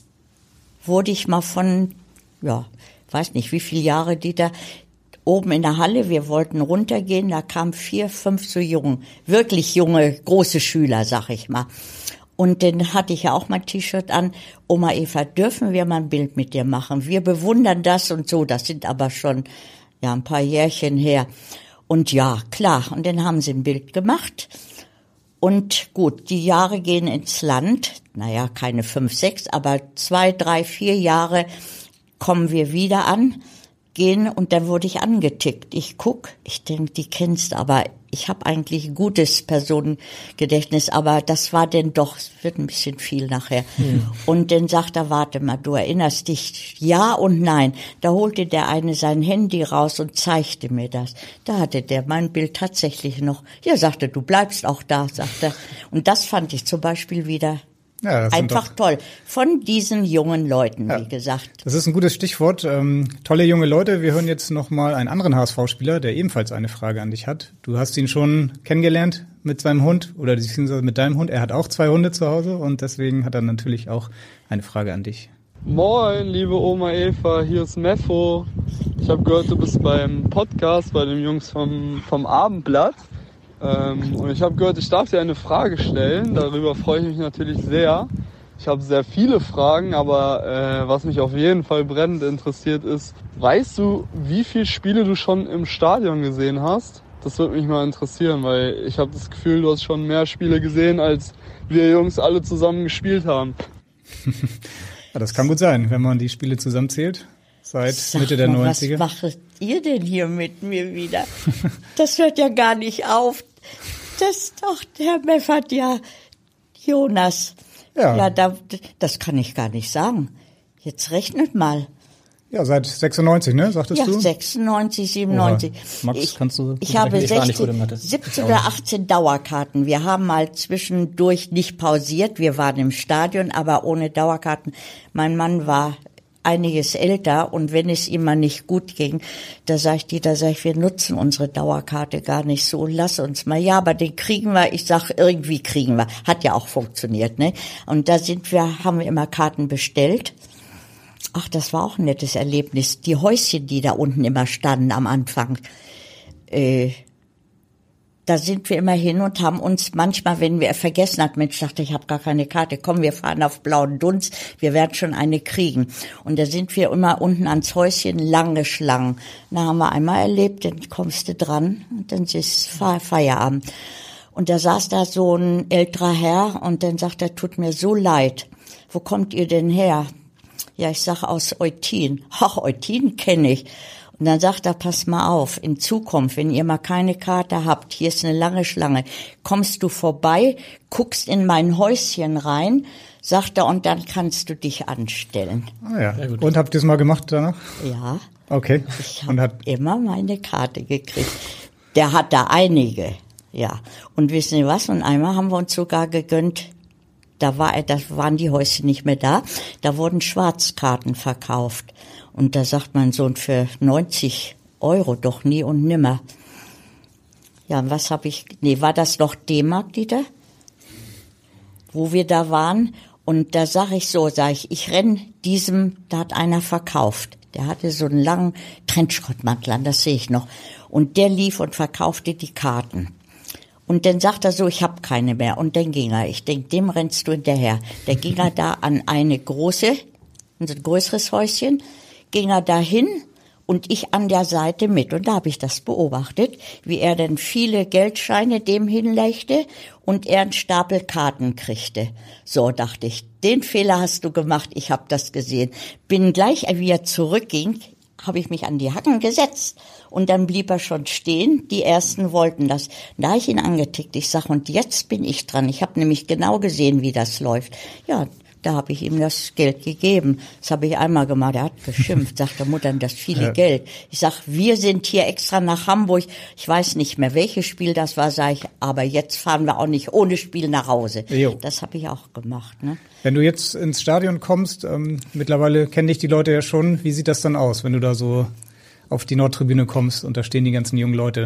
wurde ich mal von, ja, weiß nicht, wie viele Jahre, Dieter, oben in der Halle, wir wollten runtergehen, da kamen vier, fünf so jung, wirklich junge, große Schüler, sag ich mal. Und dann hatte ich ja auch mein T-Shirt an, Oma Eva, dürfen wir mal ein Bild mit dir machen? Wir bewundern das und so, das sind aber schon, ja, ein paar Jährchen her. Und ja, klar, und dann haben sie ein Bild gemacht. Und gut, die Jahre gehen ins Land, naja, keine fünf, sechs, aber zwei, drei, vier Jahre kommen wir wieder an, gehen und dann wurde ich angetickt. Ich guck, ich denk, die kennst, aber ich habe eigentlich ein gutes Personengedächtnis, aber das war denn doch, es wird ein bisschen viel nachher. Hm. Und dann sagt er, warte mal, du erinnerst dich, ja und nein. Da holte der eine sein Handy raus und zeigte mir das. Da hatte der mein Bild tatsächlich noch. Ja, sagte, du bleibst auch da, sagte er. Und das fand ich zum Beispiel wieder Ja, das einfach sind doch, toll. Von diesen jungen Leuten, Ja. wie gesagt. das ist ein gutes Stichwort. Ähm, tolle junge Leute. Wir hören jetzt noch mal einen anderen H S V-Spieler, der ebenfalls eine Frage an dich hat. Du hast ihn schon kennengelernt mit seinem Hund oder beziehungsweise mit deinem Hund. Er hat auch zwei Hunde zu Hause und deswegen hat er natürlich auch eine Frage an dich. Moin, liebe Oma Eva, hier ist Meffo. Ich habe gehört, du bist beim Podcast bei den Jungs vom, vom Abendblatt. Ähm, und ich habe gehört, ich darf dir eine Frage stellen. Darüber freue ich mich natürlich sehr. Ich habe sehr viele Fragen, aber äh, was mich auf jeden Fall brennend interessiert ist, weißt du, wie viele Spiele du schon im Stadion gesehen hast? Das würde mich mal interessieren, weil ich habe das Gefühl, du hast schon mehr Spiele gesehen, als wir Jungs alle zusammen gespielt haben. Ja, das kann gut sein, wenn man die Spiele zusammenzählt. Seit Sag Mitte der mal, neunziger. Was macht ihr denn hier mit mir wieder? Das hört ja gar nicht auf. Das doch, der meffert ja Jonas. Ja. Ja, da, das kann ich gar nicht sagen. Jetzt rechnet mal. Ja, seit sechsundneunzig, ne, sagtest Ja, du? sechsundneunzig, siebenundneunzig. Oha. Max, ich, kannst du- Ich habe Ich war nicht gut in sechzehn, Mathe. siebzehn oder achtzehn Dauerkarten. Wir haben mal zwischendurch nicht pausiert. Wir waren im Stadion, aber ohne Dauerkarten. Mein Mann war einiges älter und wenn es ihm mal nicht gut ging, da sag ich dir, da sag ich, wir nutzen unsere Dauerkarte gar nicht so, lass uns mal, ja, aber den kriegen wir, ich sag, irgendwie kriegen wir, hat ja auch funktioniert, ne? Und da sind wir, haben wir immer Karten bestellt. Ach, das war auch ein nettes Erlebnis. Die Häuschen, die da unten immer standen am Anfang, äh, da sind wir immer hin und haben uns manchmal, wenn wir vergessen hat, Mensch, dachte ich, habe gar keine Karte, komm, wir fahren auf Blauen Dunst, wir werden schon eine kriegen. Und da sind wir immer unten ans Häuschen, lange Schlangen. Da haben wir einmal erlebt, dann kommst du dran und dann ist Feierabend. Und da saß da so ein älterer Herr und dann sagt er, tut mir so leid, wo kommt ihr denn her? Ja, ich sag aus Eutin. Ach, Eutin kenne ich. Und dann sagt er, pass mal auf, in Zukunft, wenn ihr mal keine Karte habt, hier ist eine lange Schlange, kommst du vorbei, guckst in mein Häuschen rein, sagt er, und dann kannst du dich anstellen. Ah ja, und habt ihr es mal gemacht danach? Ja. Okay. Ich habe immer meine Karte gekriegt. Der hat da einige, ja. Und wissen Sie was, und einmal haben wir uns sogar gegönnt, da war, da waren die Häuschen nicht mehr da, da wurden Schwarzkarten verkauft. Und da sagt mein Sohn, für neunzig Euro doch nie und nimmer. Ja, und was habe ich, nee, war das noch D-Mark, Dieter? Wo wir da waren. Und da sag ich so, sag ich, ich renn diesem, da hat einer verkauft. Der hatte so einen langen Trenchcoat-Mantel an, das sehe ich noch. Und der lief und verkaufte die Karten. Und dann sagt er so, ich habe keine mehr. Und dann ging er. Ich denk, dem rennst du hinterher. Da ging er da an eine große, ein größeres Häuschen, ging er dahin und ich an der Seite mit. Und da habe ich das beobachtet, wie er dann viele Geldscheine dem hinlegte und er einen Stapel Karten kriegte. So dachte ich, den Fehler hast du gemacht, ich habe das gesehen. Bin gleich, wie er zurückging, habe ich mich an die Hacken gesetzt. Und dann blieb er schon stehen. Die Ersten wollten das. Da habe ich ihn angetickt. Ich sag, und jetzt bin ich dran. Ich habe nämlich genau gesehen, wie das läuft. Ja, da habe ich ihm das Geld gegeben. Das habe ich einmal gemacht. Er hat geschimpft, sagte Mutter, das viele ja. Geld. Ich sag, wir sind hier extra nach Hamburg. Ich weiß nicht mehr, welches Spiel das war, sag ich, aber jetzt fahren wir auch nicht ohne Spiel nach Hause. Jo. Das habe ich auch gemacht. Ne? Wenn du jetzt ins Stadion kommst, ähm, mittlerweile kennen dich die Leute ja schon. Wie sieht das dann aus, wenn du da so auf die Nordtribüne kommst und da stehen die ganzen jungen Leute?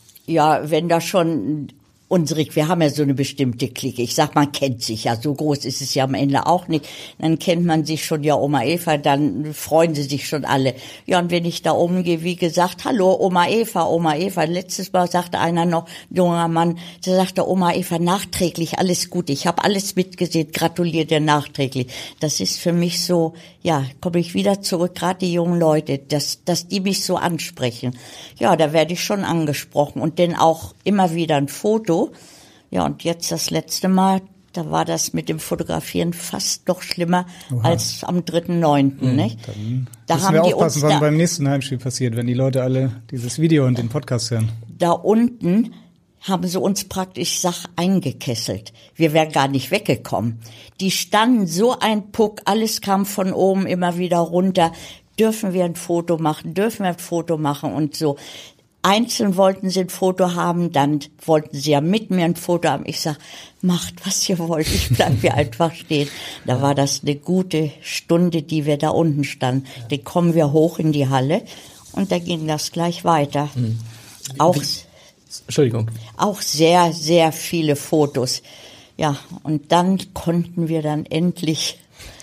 Ja, wenn da schon unsere, wir haben ja so eine bestimmte Clique. Ich sag, man kennt sich ja, so groß ist es ja am Ende auch nicht. Dann kennt man sich schon, ja, Oma Eva, dann freuen sie sich schon alle. Ja, und wenn ich da oben gehe, wie gesagt, hallo, Oma Eva, Oma Eva. Letztes Mal sagte einer noch, junger Mann, der sagte, Oma Eva, nachträglich, alles gut. Ich habe alles mitgesehen, gratuliert dir nachträglich. Das ist für mich so, ja, komme ich wieder zurück, gerade die jungen Leute, dass, dass die mich so ansprechen. Ja, da werde ich schon angesprochen und dann auch immer wieder ein Foto. Ja, und jetzt das letzte Mal, da war das mit dem Fotografieren fast noch schlimmer Oha. als am dritten neunten Mhm. Nicht? Dann da müssen haben wir die aufpassen, was beim nächsten Heimspiel passiert, wenn die Leute alle dieses Video und den Podcast hören. Da unten haben sie uns praktisch Sach eingekesselt. Wir wären gar nicht weggekommen. Die standen so ein Puck, alles kam von oben immer wieder runter. Dürfen wir ein Foto machen? Dürfen wir ein Foto machen? Und so. Einzeln wollten sie ein Foto haben, dann wollten sie ja mit mir ein Foto haben. Ich sag, macht, was ihr wollt, ich bleib hier einfach stehen. Da war das eine gute Stunde, die wir da unten standen. Dann kommen wir hoch in die Halle und da ging das gleich weiter. Mhm. Auch, Entschuldigung. Auch sehr, sehr viele Fotos. Ja, und dann konnten wir dann endlich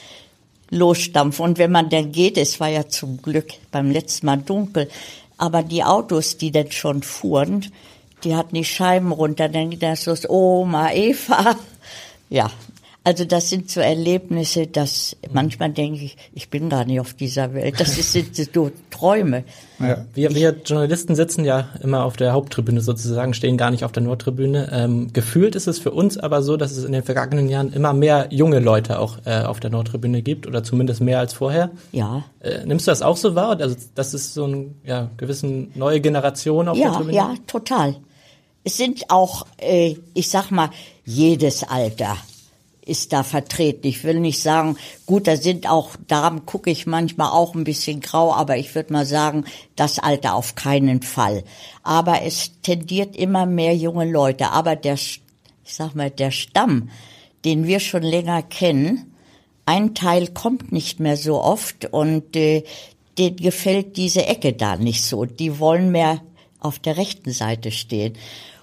losstampfen. Und wenn man dann geht, es war ja zum Glück beim letzten Mal dunkel, aber die Autos, die dann schon fuhren, die hatten die Scheiben runter, dann ging das los, Oma Eva. Ja, also das sind so Erlebnisse, dass manchmal denke ich, ich bin gar nicht auf dieser Welt. Das sind so Träume. Ja. Wir, wir Journalisten sitzen ja immer auf der Haupttribüne sozusagen, stehen gar nicht auf der Nordtribüne. Ähm, gefühlt ist es für uns aber so, dass es in den vergangenen Jahren immer mehr junge Leute auch äh, auf der Nordtribüne gibt oder zumindest mehr als vorher. Ja. Äh, nimmst du das auch so wahr? Also das ist so eine ja, gewisse neue Generation auf ja, der Tribüne? Ja, total. Es sind auch, äh, ich sag mal, jedes Alter ist da vertreten. Ich will nicht sagen, gut, da sind auch, daran gucke ich manchmal auch ein bisschen grau, aber ich würde mal sagen, das Alter auf keinen Fall. Aber es tendiert immer mehr junge Leute. Aber der, ich sag mal, der Stamm, den wir schon länger kennen, ein Teil kommt nicht mehr so oft und äh, denen gefällt diese Ecke da nicht so. Die wollen mehr auf der rechten Seite stehen.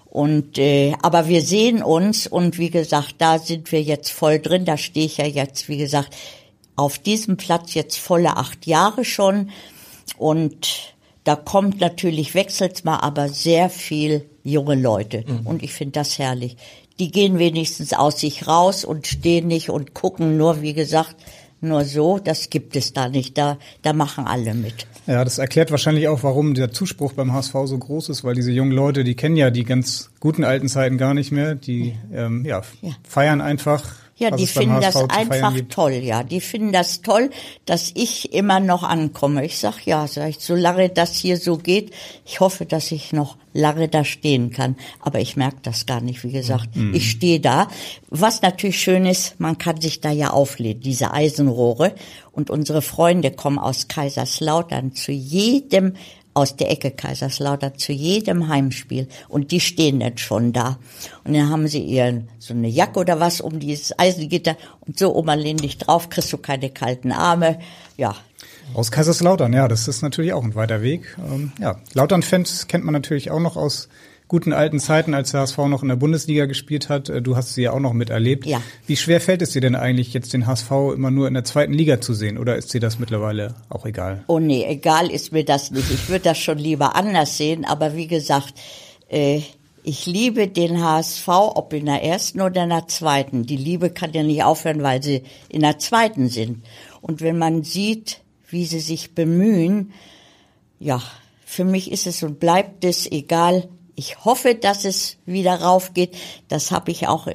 Und äh, aber wir sehen uns und wie gesagt, da sind wir jetzt voll drin. Da stehe ich ja jetzt, wie gesagt, auf diesem Platz jetzt volle acht Jahre schon. Und da kommt natürlich, wechselt's mal, aber sehr viel junge Leute. Mhm. Und ich finde das herrlich. Die gehen wenigstens aus sich raus und stehen nicht und gucken nur, wie gesagt, nur so. Das gibt es da nicht. Da, da machen alle mit. Ja, das erklärt wahrscheinlich auch, warum der Zuspruch beim H S V so groß ist, weil diese jungen Leute, die kennen ja die ganz guten alten Zeiten gar nicht mehr. Die ähm, ja, ja. feiern einfach. Ja, die finden das einfach toll, ja. Die finden das toll, dass ich immer noch ankomme. Ich sag, ja, sag ich, solange das hier so geht, ich hoffe, dass ich noch lange da stehen kann. Aber ich merke das gar nicht, wie gesagt. Mhm. Ich stehe da. Was natürlich schön ist, man kann sich da ja auflehnen, diese Eisenrohre. Und unsere Freunde kommen aus Kaiserslautern zu jedem aus der Ecke Kaiserslautern zu jedem Heimspiel und die stehen jetzt schon da. Und dann haben sie ihren so eine Jacke oder was um dieses Eisengitter und so, Oma, lehn dich drauf, kriegst du keine kalten Arme. Ja. Aus Kaiserslautern, ja, das ist natürlich auch ein weiter Weg. Ähm, ja, Lautern-Fans kennt man natürlich auch noch aus guten alten Zeiten, als der H S V noch in der Bundesliga gespielt hat. Du hast sie ja auch noch miterlebt. Ja. Wie schwer fällt es dir denn eigentlich, jetzt den H S V immer nur in der zweiten Liga zu sehen? Oder ist dir das mittlerweile auch egal? Oh nee, egal ist mir das nicht. Ich würde das schon lieber anders sehen. Aber wie gesagt, äh, ich liebe den H S V, ob in der ersten oder in der zweiten. Die Liebe kann ja nicht aufhören, weil sie in der zweiten sind. Und wenn man sieht, wie sie sich bemühen, ja, für mich ist es und bleibt es egal. Ich hoffe, dass es wieder raufgeht. Das habe ich auch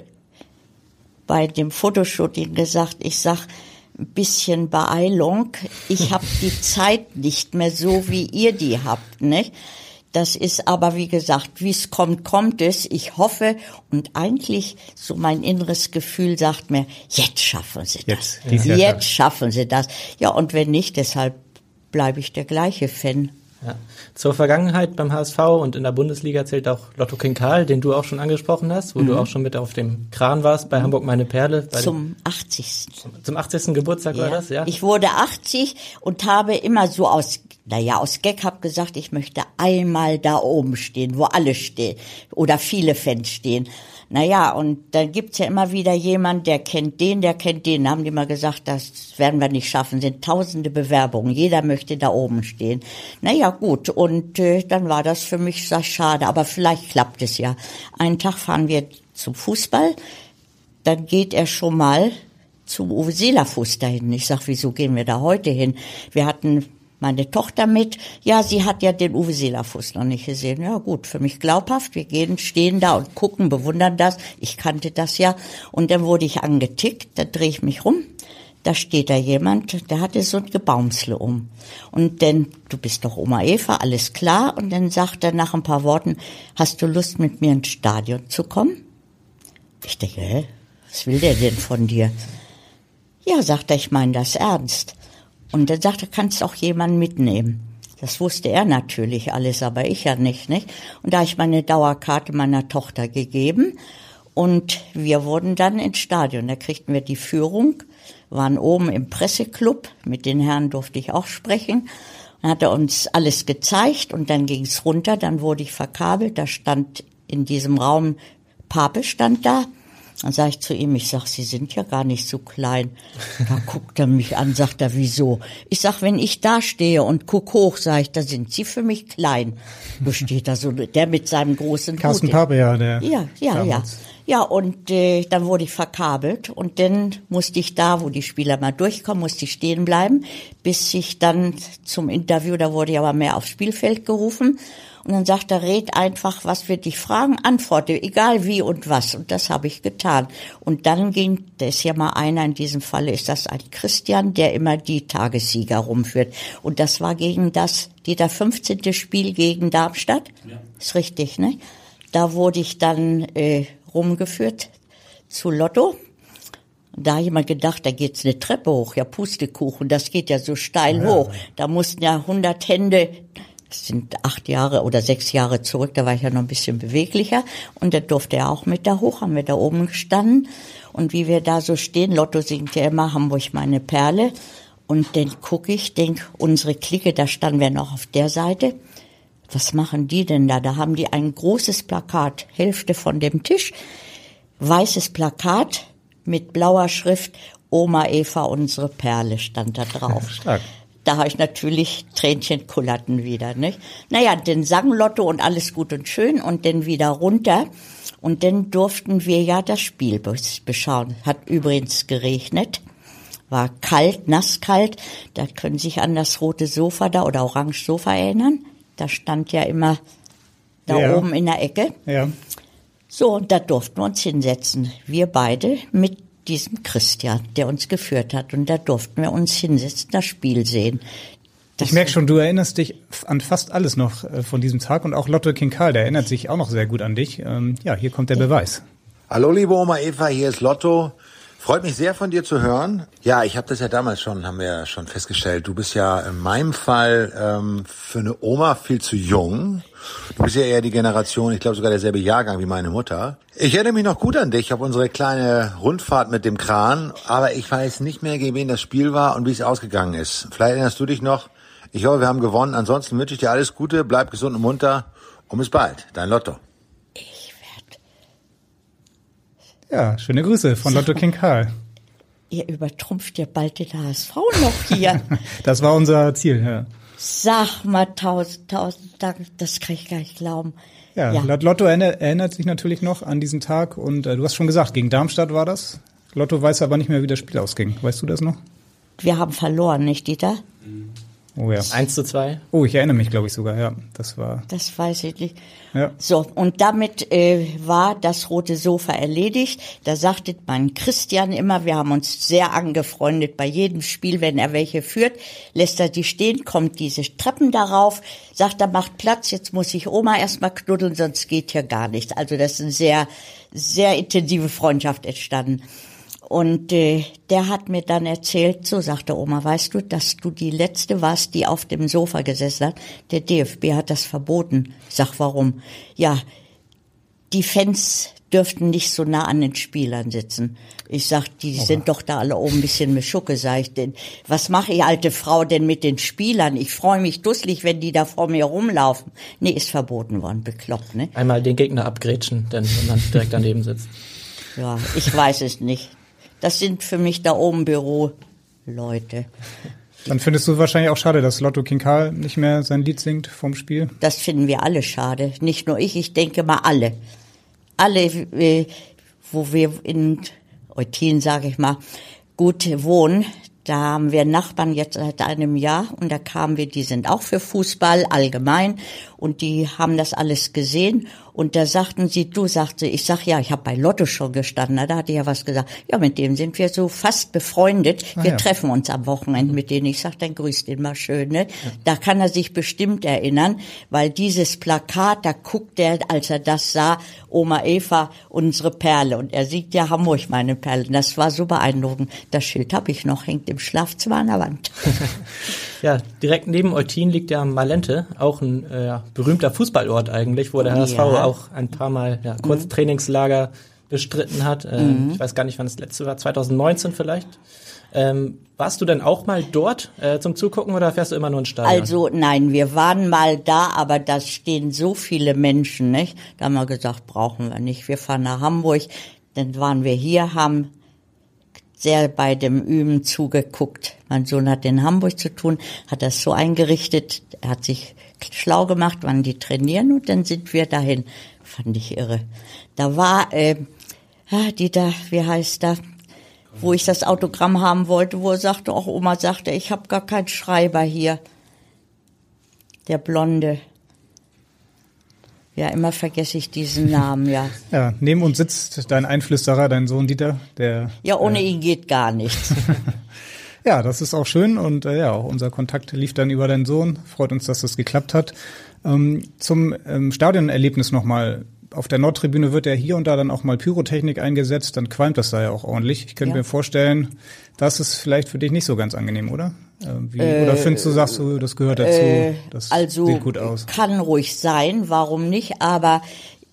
bei dem Fotoshooting gesagt. Ich sag, ein bisschen Beeilung. Ich habe die Zeit nicht mehr so, wie ihr die habt, nicht? Das ist aber, wie gesagt, wie es kommt, kommt es. Ich hoffe und eigentlich so mein inneres Gefühl sagt mir, jetzt schaffen sie das. Jetzt, ja. jetzt schaffen sie das. Ja, und wenn nicht, deshalb bleibe ich der gleiche Fan. Ja. Zur Vergangenheit beim H S V und in der Bundesliga zählt auch Lotto King Karl, den du auch schon angesprochen hast, wo mhm. du auch schon mit auf dem Kran warst bei mhm. Hamburg Meine Perle. Bei zum achtzigsten Zum achtzigsten Geburtstag ja. war das, ja? Ich wurde achtzig und habe immer so aus, naja, aus Gag hab gesagt, ich möchte einmal da oben stehen, wo alle stehen oder viele Fans stehen. Naja, und dann gibt's ja immer wieder jemand, der kennt den, der kennt den. Da haben die mal gesagt, das werden wir nicht schaffen. Sind tausende Bewerbungen. Jeder möchte da oben stehen. Naja, gut. Und äh, dann war das für mich sehr schade. Aber vielleicht klappt es ja. Einen Tag fahren wir zum Fußball. Dann geht er schon mal zum Uwe Seeler-Fuß dahin. Ich sag, wieso gehen wir da heute hin? Wir hatten meine Tochter mit, ja, sie hat ja den Uwe Seeler-Fuß noch nicht gesehen. Ja gut, für mich glaubhaft, wir gehen, stehen da und gucken, bewundern das. Ich kannte das ja. Und dann wurde ich angetickt, da drehe ich mich rum, da steht da jemand, der hatte so ein Gebaumsle um. Und dann, du bist doch Oma Eva, alles klar. Und dann sagt er nach ein paar Worten, hast du Lust, mit mir ins Stadion zu kommen? Ich denke, hä, was will der denn von dir? Ja, sagt er, ich meine das ernst. Und dann sagte er, kannst auch jemanden mitnehmen. Das wusste er natürlich alles, aber ich ja nicht, nicht? Und da habe ich meine Dauerkarte meiner Tochter gegeben und wir wurden dann ins Stadion. Da kriegten wir die Führung, waren oben im Presseclub, mit den Herren durfte ich auch sprechen. Dann hat er uns alles gezeigt und dann ging's runter, dann wurde ich verkabelt, da stand in diesem Raum, Pape stand da. Dann sage ich zu ihm, ich sag, Sie sind ja gar nicht so klein. Da guckt er mich an, sagt er, wieso? Ich sag, wenn ich da stehe und guck hoch, sage ich, da sind Sie für mich klein. Da steht da so, der mit seinem großen Hut. Carsten Pape, ja, der. Ja, ja, damals. ja. Ja, und äh, dann wurde ich verkabelt und dann musste ich da, wo die Spieler mal durchkommen, musste ich stehen bleiben, bis ich dann zum Interview, da wurde ich aber mehr aufs Spielfeld gerufen. Und dann sagt er, red einfach, was wir dich fragen, antworte, egal wie und was. Und das habe ich getan. Und dann ging, da ist ja mal einer, in diesem Falle ist das ein Christian, der immer die Tagessieger rumführt. Und das war gegen das, die der fünfzehnte Spiel gegen Darmstadt. Ja. Ist richtig, ne? Da wurde ich dann äh, rumgeführt zu Lotto. Da habe ich mal gedacht, da geht's eine Treppe hoch, ja Pustekuchen, das geht ja so steil ja. hoch. Da mussten ja hundert Hände, das sind acht Jahre oder sechs Jahre zurück, da war ich ja noch ein bisschen beweglicher. Und da durfte er auch mit da hoch, haben wir da oben gestanden. Und wie wir da so stehen, Lotto singt ja immer Hamburg meine Perle. Und dann gucke ich, denk, unsere Clique, da standen wir noch auf der Seite. Was machen die denn da? Da haben die ein großes Plakat, Hälfte von dem Tisch, weißes Plakat mit blauer Schrift, Oma Eva, unsere Perle, stand da drauf. Stark. Da habe ich natürlich Tränchen kullerten wieder, nicht? Naja, dann sang Lotto und alles gut und schön und dann wieder runter. Und dann durften wir ja das Spiel beschauen. Hat übrigens geregnet, war kalt, nasskalt. Da können Sie sich an das rote Sofa da oder orange Sofa erinnern. Da stand ja immer da ja. oben in der Ecke. Ja. So, und da durften wir uns hinsetzen. Wir beide mit diesem Christian, der uns geführt hat. Und da durften wir uns hinsetzen, das Spiel sehen. Das ich merke schon, du erinnerst dich an fast alles noch von diesem Tag. Und auch Lotto King Karl, der erinnert sich auch noch sehr gut an dich. Ähm, ja, hier kommt der ja. Beweis. Hallo, liebe Oma Eva, hier ist Lotto. Freut mich sehr, von dir zu hören. Ja, ich habe das ja damals schon, haben wir ja schon festgestellt. Du bist ja in meinem Fall ähm, für eine Oma viel zu jung. Du bist ja eher die Generation, ich glaube sogar derselbe Jahrgang wie meine Mutter. Ich erinnere mich noch gut an dich, auf unsere kleine Rundfahrt mit dem Kran, aber ich weiß nicht mehr, gegen wen das Spiel war und wie es ausgegangen ist. Vielleicht erinnerst du dich noch. Ich hoffe, wir haben gewonnen. Ansonsten wünsche ich dir alles Gute, bleib gesund und munter und bis bald. Dein Lotto. Ich werde... Ja, schöne Grüße von Lotto King Karl. Ihr übertrumpft ja bald den H S V noch hier. Das war unser Ziel, ja. Sag mal tausend, tausend Dank, das kann ich gar nicht glauben. Ja, ja. Lotto erinnert, erinnert sich natürlich noch an diesen Tag und äh, du hast schon gesagt, gegen Darmstadt war das. Lotto weiß aber nicht mehr, wie das Spiel ausging. Weißt du das noch? Wir haben verloren, nicht, Dieter? Oh ja. eins zu zwei. Oh, ich erinnere mich, glaube ich, sogar, ja. Das war. Das weiß ich nicht. Ja. So, und damit äh, war das rote Sofa erledigt. Da sagte mein Christian immer, wir haben uns sehr angefreundet. Bei jedem Spiel, wenn er welche führt, lässt er die stehen, kommt diese Treppen darauf, sagt er, macht Platz, jetzt muss ich Oma erstmal knuddeln, sonst geht hier gar nichts. Also das ist eine sehr, sehr intensive Freundschaft entstanden. Und äh, der hat mir dann erzählt, so sagte Oma, weißt du, dass du die Letzte warst, die auf dem Sofa gesessen hat? Der D F B hat das verboten. Ich sag, warum? Ja, die Fans dürften nicht so nah an den Spielern sitzen. Ich sag, die oh. sind doch da alle oben ein bisschen mit Schucke, sag ich denn. Was mache ich, alte Frau, denn mit den Spielern? Ich freue mich dusselig, wenn die da vor mir rumlaufen. Nee, ist verboten worden, bekloppt, ne? Einmal den Gegner abgrätschen, denn wenn man direkt daneben sitzt. Ja, ich weiß es nicht. Das sind für mich da oben Büroleute. Dann findest du wahrscheinlich auch schade, dass Lotto King Karl nicht mehr sein Lied singt vom Spiel? Das finden wir alle schade. Nicht nur ich, ich denke mal alle. Alle, äh, wo wir in Eutin, sage ich mal, gut wohnen, da haben wir Nachbarn jetzt seit einem Jahr und da kamen wir, die sind auch für Fußball allgemein und die haben das alles gesehen und da sagten sie, du, sagte, ich sag ja, ich habe bei Lotto schon gestanden, da hatte ich ja was gesagt. Ja, mit dem sind wir so fast befreundet. Wir ah, ja. treffen uns am Wochenende mit denen. Ich sag, dann grüß den mal schön, ne? Ja. Da kann er sich bestimmt erinnern, weil dieses Plakat, da guckt er, als er das sah, Oma Eva, unsere Perle. Und er sieht ja Hamburg, meine Perle. Das war so beeindruckend. Das Schild habe ich noch, hängt im Schlafzimmer an der Wand. Ja, direkt neben Eutin liegt ja Malente, auch ein äh, berühmter Fußballort eigentlich, wo der H S V ja. auch ein paar Mal ja, Kurztrainingslager bestritten hat. Ähm, mhm. Ich weiß gar nicht, wann das letzte war, zwanzig neunzehn vielleicht. Ähm, warst du denn auch mal dort äh, zum Zugucken oder fährst du immer nur ins Stadion? Also nein, wir waren mal da, aber da stehen so viele Menschen, nicht? Da haben wir gesagt, brauchen wir nicht. Wir fahren nach Hamburg, dann waren wir hier, haben sehr bei dem Üben zugeguckt. Mein Sohn hat in Hamburg zu tun, hat das so eingerichtet, er hat sich schlau gemacht, wann die trainieren und dann sind wir dahin. Fand ich irre. Da war, äh, die da, wie heißt da, wo ich das Autogramm haben wollte, wo er sagte, auch Oma sagte, ich habe gar keinen Schreiber hier. Der Blonde. Ja, immer vergesse ich diesen Namen, ja. Ja, neben uns sitzt dein Einflüsterer, dein Sohn Dieter, der... Ja, ohne äh, ihn geht gar nichts. Ja, das ist auch schön und äh, ja, auch unser Kontakt lief dann über deinen Sohn. Freut uns, dass das geklappt hat. Ähm, zum ähm, Stadionerlebnis nochmal. Auf der Nordtribüne wird ja hier und da dann auch mal Pyrotechnik eingesetzt, dann qualmt das da ja auch ordentlich. Ich könnte ja. mir vorstellen, das ist vielleicht für dich nicht so ganz angenehm, oder? Äh, wie, äh, oder findest du, sagst du, das gehört dazu, äh, das also sieht gut aus? Kann ruhig sein, warum nicht, aber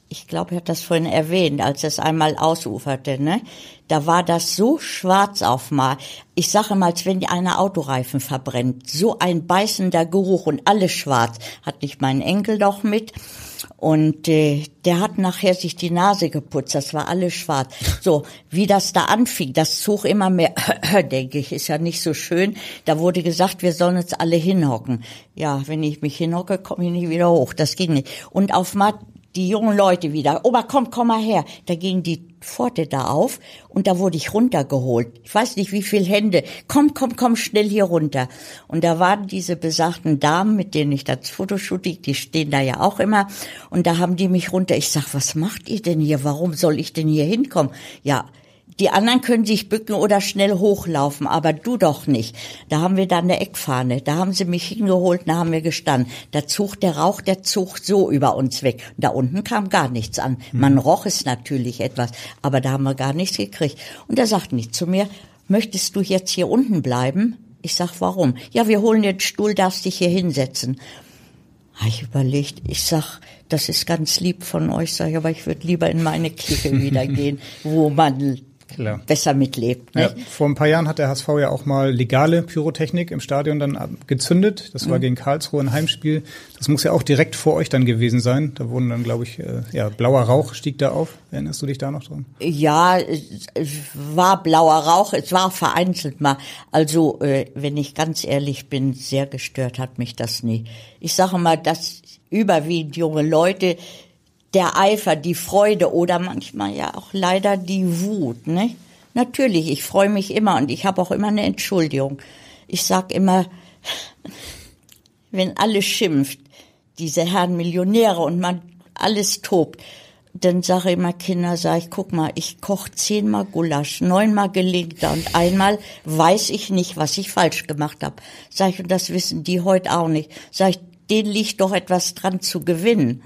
ich glaube, er hat das vorhin erwähnt, als es einmal ausuferte, ne? Da war das so schwarz auf mal. Ich sage mal, als wenn einer Autoreifen verbrennt. So ein beißender Geruch und alles schwarz. Hat nicht mein Enkel doch mit. Und äh, der hat nachher sich die Nase geputzt, das war alles schwarz. So, wie das da anfing, das zog immer mehr, denke ich, ist ja nicht so schön. Da wurde gesagt, wir sollen uns alle hinhocken. Ja, wenn ich mich hinhocke, komme ich nicht wieder hoch, das ging nicht. Und auf mal die jungen Leute wieder, Opa, komm, komm mal her. Da ging die Pforte da auf und da wurde ich runtergeholt. Ich weiß nicht, wie viel Hände. Komm, komm, komm, schnell hier runter. Und da waren diese besagten Damen, mit denen ich das Fotoshooting, die stehen da ja auch immer. Und da haben die mich runter. Ich sag, was macht ihr denn hier? Warum soll ich denn hier hinkommen? Ja, die anderen können sich bücken oder schnell hochlaufen, aber du doch nicht. Da haben wir dann eine Eckfahne, da haben sie mich hingeholt, da haben wir gestanden. Da zog der Rauch, der zog so über uns weg. Und da unten kam gar nichts an. Man roch es natürlich etwas, aber da haben wir gar nichts gekriegt. Und da sagten die zu mir, möchtest du jetzt hier unten bleiben? Ich sag, warum? Ja, wir holen dir den Stuhl, darfst dich hier hinsetzen. Habe ich überlegt, ich sag, das ist ganz lieb von euch, sag ich, aber ich würde lieber in meine Clique wieder gehen, wo man Klar. besser mitlebt. Ja, vor ein paar Jahren hat der H S V ja auch mal legale Pyrotechnik im Stadion dann gezündet. Das war mhm. gegen Karlsruhe ein Heimspiel. Das muss ja auch direkt vor euch dann gewesen sein. Da wurden dann, glaube ich, äh, ja, blauer Rauch stieg da auf. Erinnerst du dich da noch dran? Ja, es war blauer Rauch. Es war vereinzelt mal. Also, äh, wenn ich ganz ehrlich bin, sehr gestört hat mich das nie. Ich sage mal, dass überwiegend junge Leute, der Eifer, die Freude oder manchmal ja auch leider die Wut, ne? Natürlich, ich freue mich immer und ich habe auch immer eine Entschuldigung. Ich sag immer, wenn alles schimpft, diese Herren Millionäre und man alles tobt, dann sage ich immer, Kinder, sag ich, guck mal, ich koche zehnmal Gulasch, neunmal gelingt da und einmal weiß ich nicht, was ich falsch gemacht habe. Sag ich, und das wissen die heute auch nicht. Sag ich, denen liegt doch etwas dran zu gewinnen.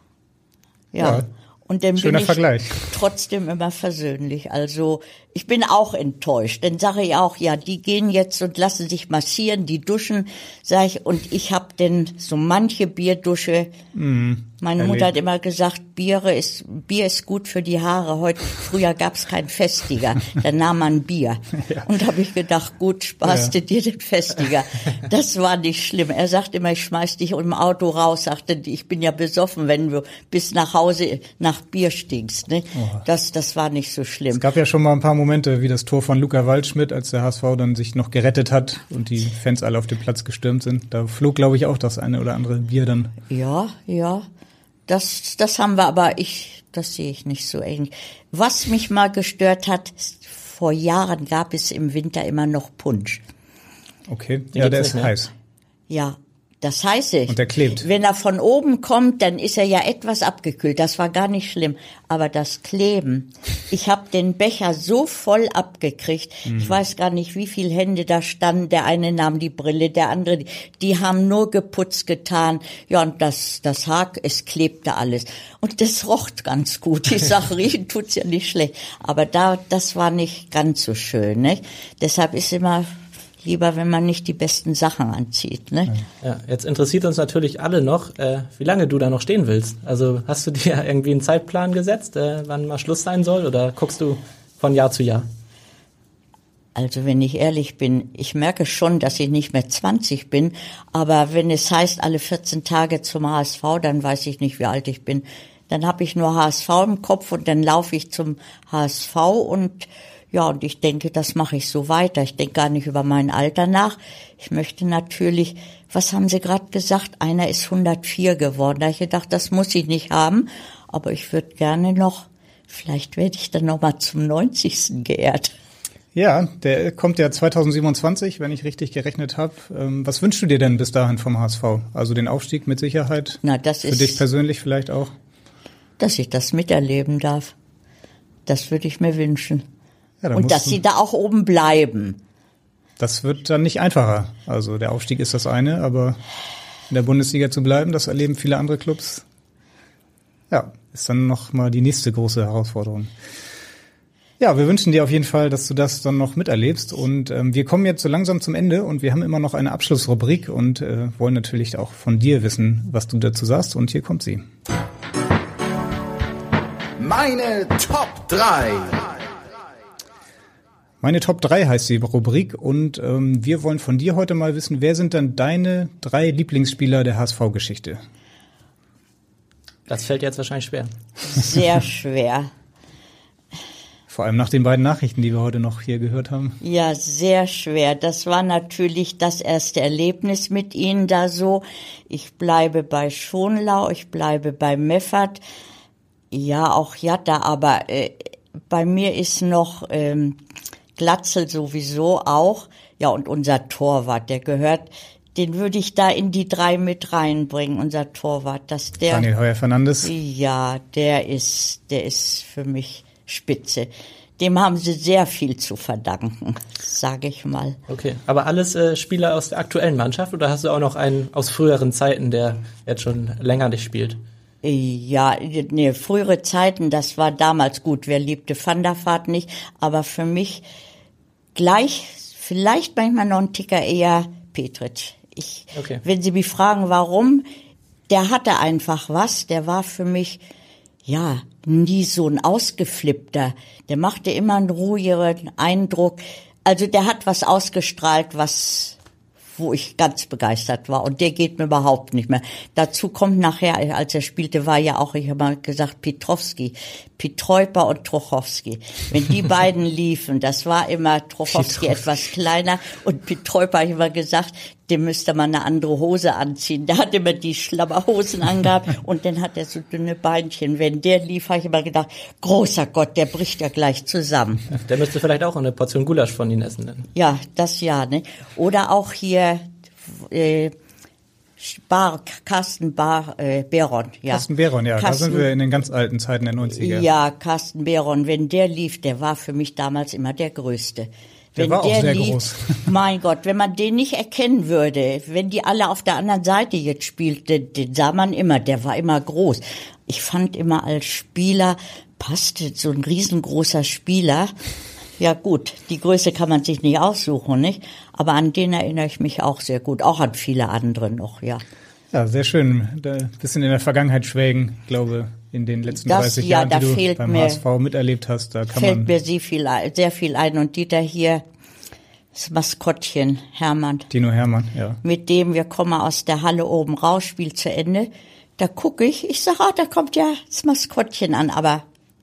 Ja, ja, und dann bin ich Vergleich. Trotzdem immer versöhnlich. Also ich bin auch enttäuscht. Dann sage ich auch, ja, die gehen jetzt und lassen sich massieren, die duschen, sage ich, und ich habe denn so manche Bierdusche. Mm, Meine erlebt. Mutter hat immer gesagt, Bier ist, Bier ist gut für die Haare. Heute, früher gab's keinen Festiger, da nahm man Bier. Ja. Und da habe ich gedacht, gut, sparst du ja. dir den Festiger. Das war nicht schlimm. Er sagt immer, ich schmeiß dich im Auto raus, sagte, ich bin ja besoffen, wenn du bis nach Hause nach Bier stinkst. Ne? Das, das war nicht so schlimm. Es gab ja schon mal ein paar Momente, wie das Tor von Luca Waldschmidt, als der H S V dann sich noch gerettet hat und die Fans alle auf den Platz gestürmt sind. Da flog, glaube ich, auch das eine oder andere Bier dann. Ja, ja. Das, das haben wir, aber ich, das sehe ich nicht so eng. Was mich mal gestört hat, vor Jahren gab es im Winter immer noch Punsch. Okay, ja, der ist heiß. Ja, das heiße ich. Und der klebt. Wenn er von oben kommt, dann ist er ja etwas abgekühlt. Das war gar nicht schlimm. Aber das Kleben, ich habe den Becher so voll abgekriegt. Mhm. Ich weiß gar nicht, wie viele Hände da standen. Der eine nahm die Brille, der andere, die, die haben nur geputzt getan. Ja, und das, das Hack, es klebte alles. Und das roch ganz gut. Ich sag, riechen tut's ja nicht schlecht. Aber da, das war nicht ganz so schön, ne? Deshalb ist immer lieber, wenn man nicht die besten Sachen anzieht, ne? Ja, jetzt interessiert uns natürlich alle noch, äh, wie lange du da noch stehen willst. Also hast du dir irgendwie einen Zeitplan gesetzt, äh, wann mal Schluss sein soll, oder guckst du von Jahr zu Jahr? Also wenn ich ehrlich bin, ich merke schon, dass ich nicht mehr zwanzig bin, aber wenn es heißt, alle vierzehn Tage zum H S V, dann weiß ich nicht, wie alt ich bin. Dann habe ich nur H S V im Kopf und dann laufe ich zum H S V und ja, und ich denke, das mache ich so weiter. Ich denke gar nicht über mein Alter nach. Ich möchte natürlich, was haben Sie gerade gesagt? Einer ist hundertvier geworden. Da habe ich gedacht, das muss ich nicht haben. Aber ich würde gerne noch, vielleicht werde ich dann noch mal zum neunzigsten geehrt. Ja, der kommt ja zweitausendsiebenundzwanzig, wenn ich richtig gerechnet habe. Was wünschst du dir denn bis dahin vom H S V? Also den Aufstieg mit Sicherheit? Na, das ist, für dich persönlich vielleicht auch? Dass ich das miterleben darf. Das würde ich mir wünschen. Ja, und dass sie da auch oben bleiben. Das wird dann nicht einfacher. Also der Aufstieg ist das eine, aber in der Bundesliga zu bleiben, das erleben viele andere Clubs. Ja, ist dann noch mal die nächste große Herausforderung. Ja, wir wünschen dir auf jeden Fall, dass du das dann noch miterlebst. Und ähm, wir kommen jetzt so langsam zum Ende und wir haben immer noch eine Abschlussrubrik und äh, wollen natürlich auch von dir wissen, was du dazu sagst. Und hier kommt sie. Meine Top drei. Meine Top drei heißt die Rubrik und ähm, wir wollen von dir heute mal wissen, wer sind dann deine drei Lieblingsspieler der H S V-Geschichte? Das fällt jetzt wahrscheinlich schwer. Sehr schwer. Vor allem nach den beiden Nachrichten, die wir heute noch hier gehört haben. Ja, sehr schwer. Das war natürlich das erste Erlebnis mit Ihnen da so. Ich bleibe bei Schonlau, ich bleibe bei Meffert. Ja, auch Jatta, aber äh, bei mir ist noch ähm, Glatzel sowieso auch. Ja, und unser Torwart, der gehört, den würde ich da in die drei mit reinbringen, unser Torwart. Dass der, Daniel Heuer-Fernandes. Ja, der ist, der ist für mich Spitze. Dem haben sie sehr viel zu verdanken, sage ich mal. Okay, aber alles äh, Spieler aus der aktuellen Mannschaft oder hast du auch noch einen aus früheren Zeiten, der jetzt schon länger nicht spielt? Ja, nee, frühere Zeiten, das war damals gut. Wer liebte Van der Vaart nicht? Aber für mich gleich, vielleicht manchmal noch ein Ticker eher Petric. Ich, okay. Wenn Sie mich fragen, warum, der hatte einfach was, der war für mich, ja, nie so ein ausgeflippter. Der machte immer einen ruhigeren Eindruck. Also der hat was ausgestrahlt, was, wo ich ganz begeistert war. Und der geht mir überhaupt nicht mehr. Dazu kommt nachher, als er spielte, war ja auch, ich habe mal gesagt, Pietrowski. Pietreuper und Trochowski. Wenn die beiden liefen, das war immer Trochowski etwas kleiner und Pietreuper, habe ich immer gesagt, dem müsste man eine andere Hose anziehen. Der hat immer die Schlammerhosen angehabt und dann hat er so dünne Beinchen. Wenn der lief, habe ich immer gedacht, großer Gott, der bricht ja gleich zusammen. Der müsste vielleicht auch eine Portion Gulasch von Ihnen essen. Denn. Ja, das ja, ne? Oder auch hier äh, Bar, Carsten Bar, äh, Beron. Ja. Carsten Beron, ja, Carsten, da sind wir in den ganz alten Zeiten der neunziger. Ja, Carsten Beron, wenn der lief, der war für mich damals immer der Größte. Der wenn war auch der sehr lief, groß. Mein Gott, wenn man den nicht erkennen würde, wenn die alle auf der anderen Seite jetzt spielten, den sah man immer, der war immer groß. Ich fand immer als Spieler, passte so ein riesengroßer Spieler. Ja gut, die Größe kann man sich nicht aussuchen, nicht? Aber an den erinnere ich mich auch sehr gut, auch an viele andere noch, ja. Ja, sehr schön. Da ein bisschen in der Vergangenheit schwelgen, ich glaube, in den letzten das, dreißig ja, Jahren, die du beim mir, H S V miterlebt hast. Da kann fällt man mir sehr viel, sehr viel ein. Und Dieter hier, das Maskottchen, Hermann. Dino Hermann, ja. Mit dem, wir kommen aus der Halle oben raus, Spiel zu Ende. Da gucke ich, ich sage, ah, da kommt ja das Maskottchen an, aber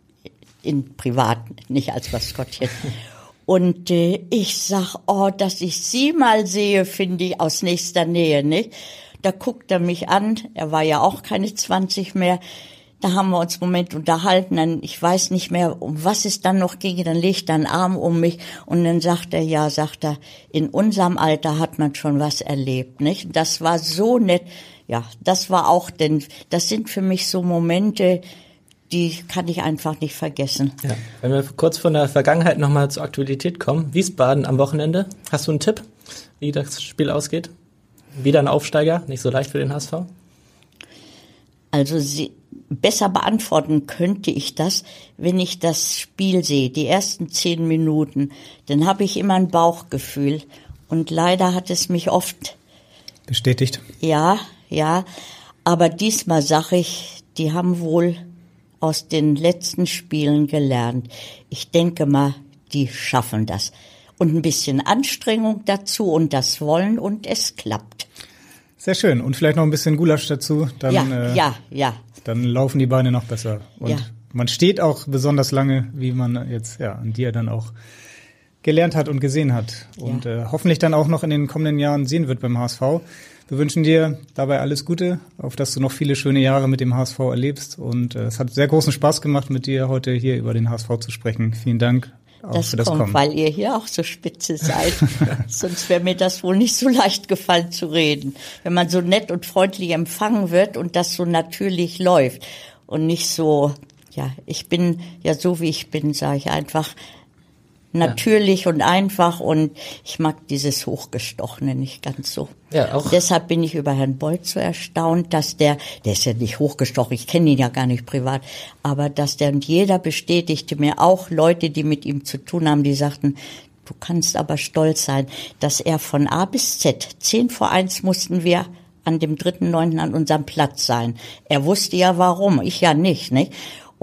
in privat, nicht als Maskottchen. Und äh, ich sag, oh, dass ich sie mal sehe, finde ich aus nächster Nähe, nicht? Da guckt er mich an, er war ja auch keine zwanzig mehr. Da haben wir uns einen Moment unterhalten, dann, ich weiß nicht mehr, um was es dann noch ging, dann legt er einen Arm um mich und dann sagt er, ja, sagt er, in unserem Alter hat man schon was erlebt, nicht? Das war so nett, ja, das war auch, denn das sind für mich so Momente, die kann ich einfach nicht vergessen. Ja. Wenn wir kurz von der Vergangenheit nochmal zur Aktualität kommen, Wiesbaden am Wochenende, hast du einen Tipp, wie das Spiel ausgeht? Wieder ein Aufsteiger, nicht so leicht für den H S V? Also sie, besser beantworten könnte ich das, wenn ich das Spiel sehe, die ersten zehn Minuten, dann habe ich immer ein Bauchgefühl und leider hat es mich oft bestätigt. Ja, ja, aber diesmal sage ich, die haben wohl aus den letzten Spielen gelernt. Ich denke mal, die schaffen das. Und ein bisschen Anstrengung dazu und das Wollen und es klappt. Sehr schön. Und vielleicht noch ein bisschen Gulasch dazu. Dann, ja, äh, ja, ja. Dann laufen die Beine noch besser. Und ja. man steht auch besonders lange, wie man jetzt ja an dir dann auch gelernt hat und gesehen hat. Und ja. äh, hoffentlich dann auch noch in den kommenden Jahren sehen wird beim H S V. Wir wünschen dir dabei alles Gute, auf dass du noch viele schöne Jahre mit dem H S V erlebst. Und äh, es hat sehr großen Spaß gemacht, mit dir heute hier über den H S V zu sprechen. Vielen Dank. Auch das für das kommt, Kommen. Weil ihr hier auch so spitze seid. Sonst wäre mir das wohl nicht so leicht gefallen zu reden. Wenn man so nett und freundlich empfangen wird und das so natürlich läuft und nicht so, ja, ich bin ja so wie ich bin, sage ich einfach, natürlich ja. und einfach und ich mag dieses Hochgestochene nicht ganz so. Ja, auch. Deshalb bin ich über Herrn Bolt so erstaunt, dass der, der ist ja nicht hochgestochen, ich kenne ihn ja gar nicht privat, aber dass der, und jeder bestätigte mir, auch Leute, die mit ihm zu tun haben, die sagten, du kannst aber stolz sein, dass er von A bis Z, zehn vor eins mussten wir an dem dritten neunten an unserem Platz sein. Er wusste ja warum, ich ja nicht, nicht? Und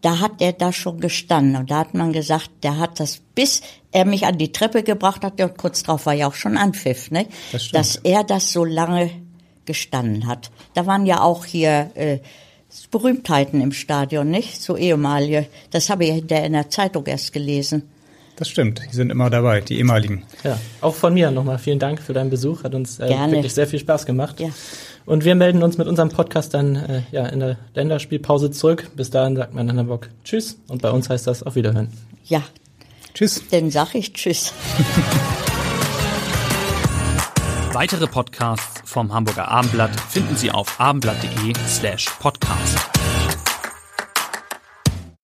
da hat er da schon gestanden. Und da hat man gesagt, der hat das, bis er mich an die Treppe gebracht hat, und kurz drauf war ja auch schon Anpfiff, ne? Das stimmt. Dass er das so lange gestanden hat. Da waren ja auch hier äh, Berühmtheiten im Stadion, nicht? So ehemalige. Das habe ich hinterher in der Zeitung erst gelesen. Das stimmt, die sind immer dabei, die ehemaligen. Ja, auch von mir nochmal vielen Dank für deinen Besuch, hat uns äh, wirklich sehr viel Spaß gemacht. Ja. Und wir melden uns mit unserem Podcast dann äh, ja in der Länderspielpause zurück. Bis dahin sagt man in Hamburg Tschüss und bei uns heißt das auf Wiederhören. Ja. Tschüss. Dann sag ich Tschüss. Weitere Podcasts vom Hamburger Abendblatt finden Sie auf abendblatt.de slash podcast.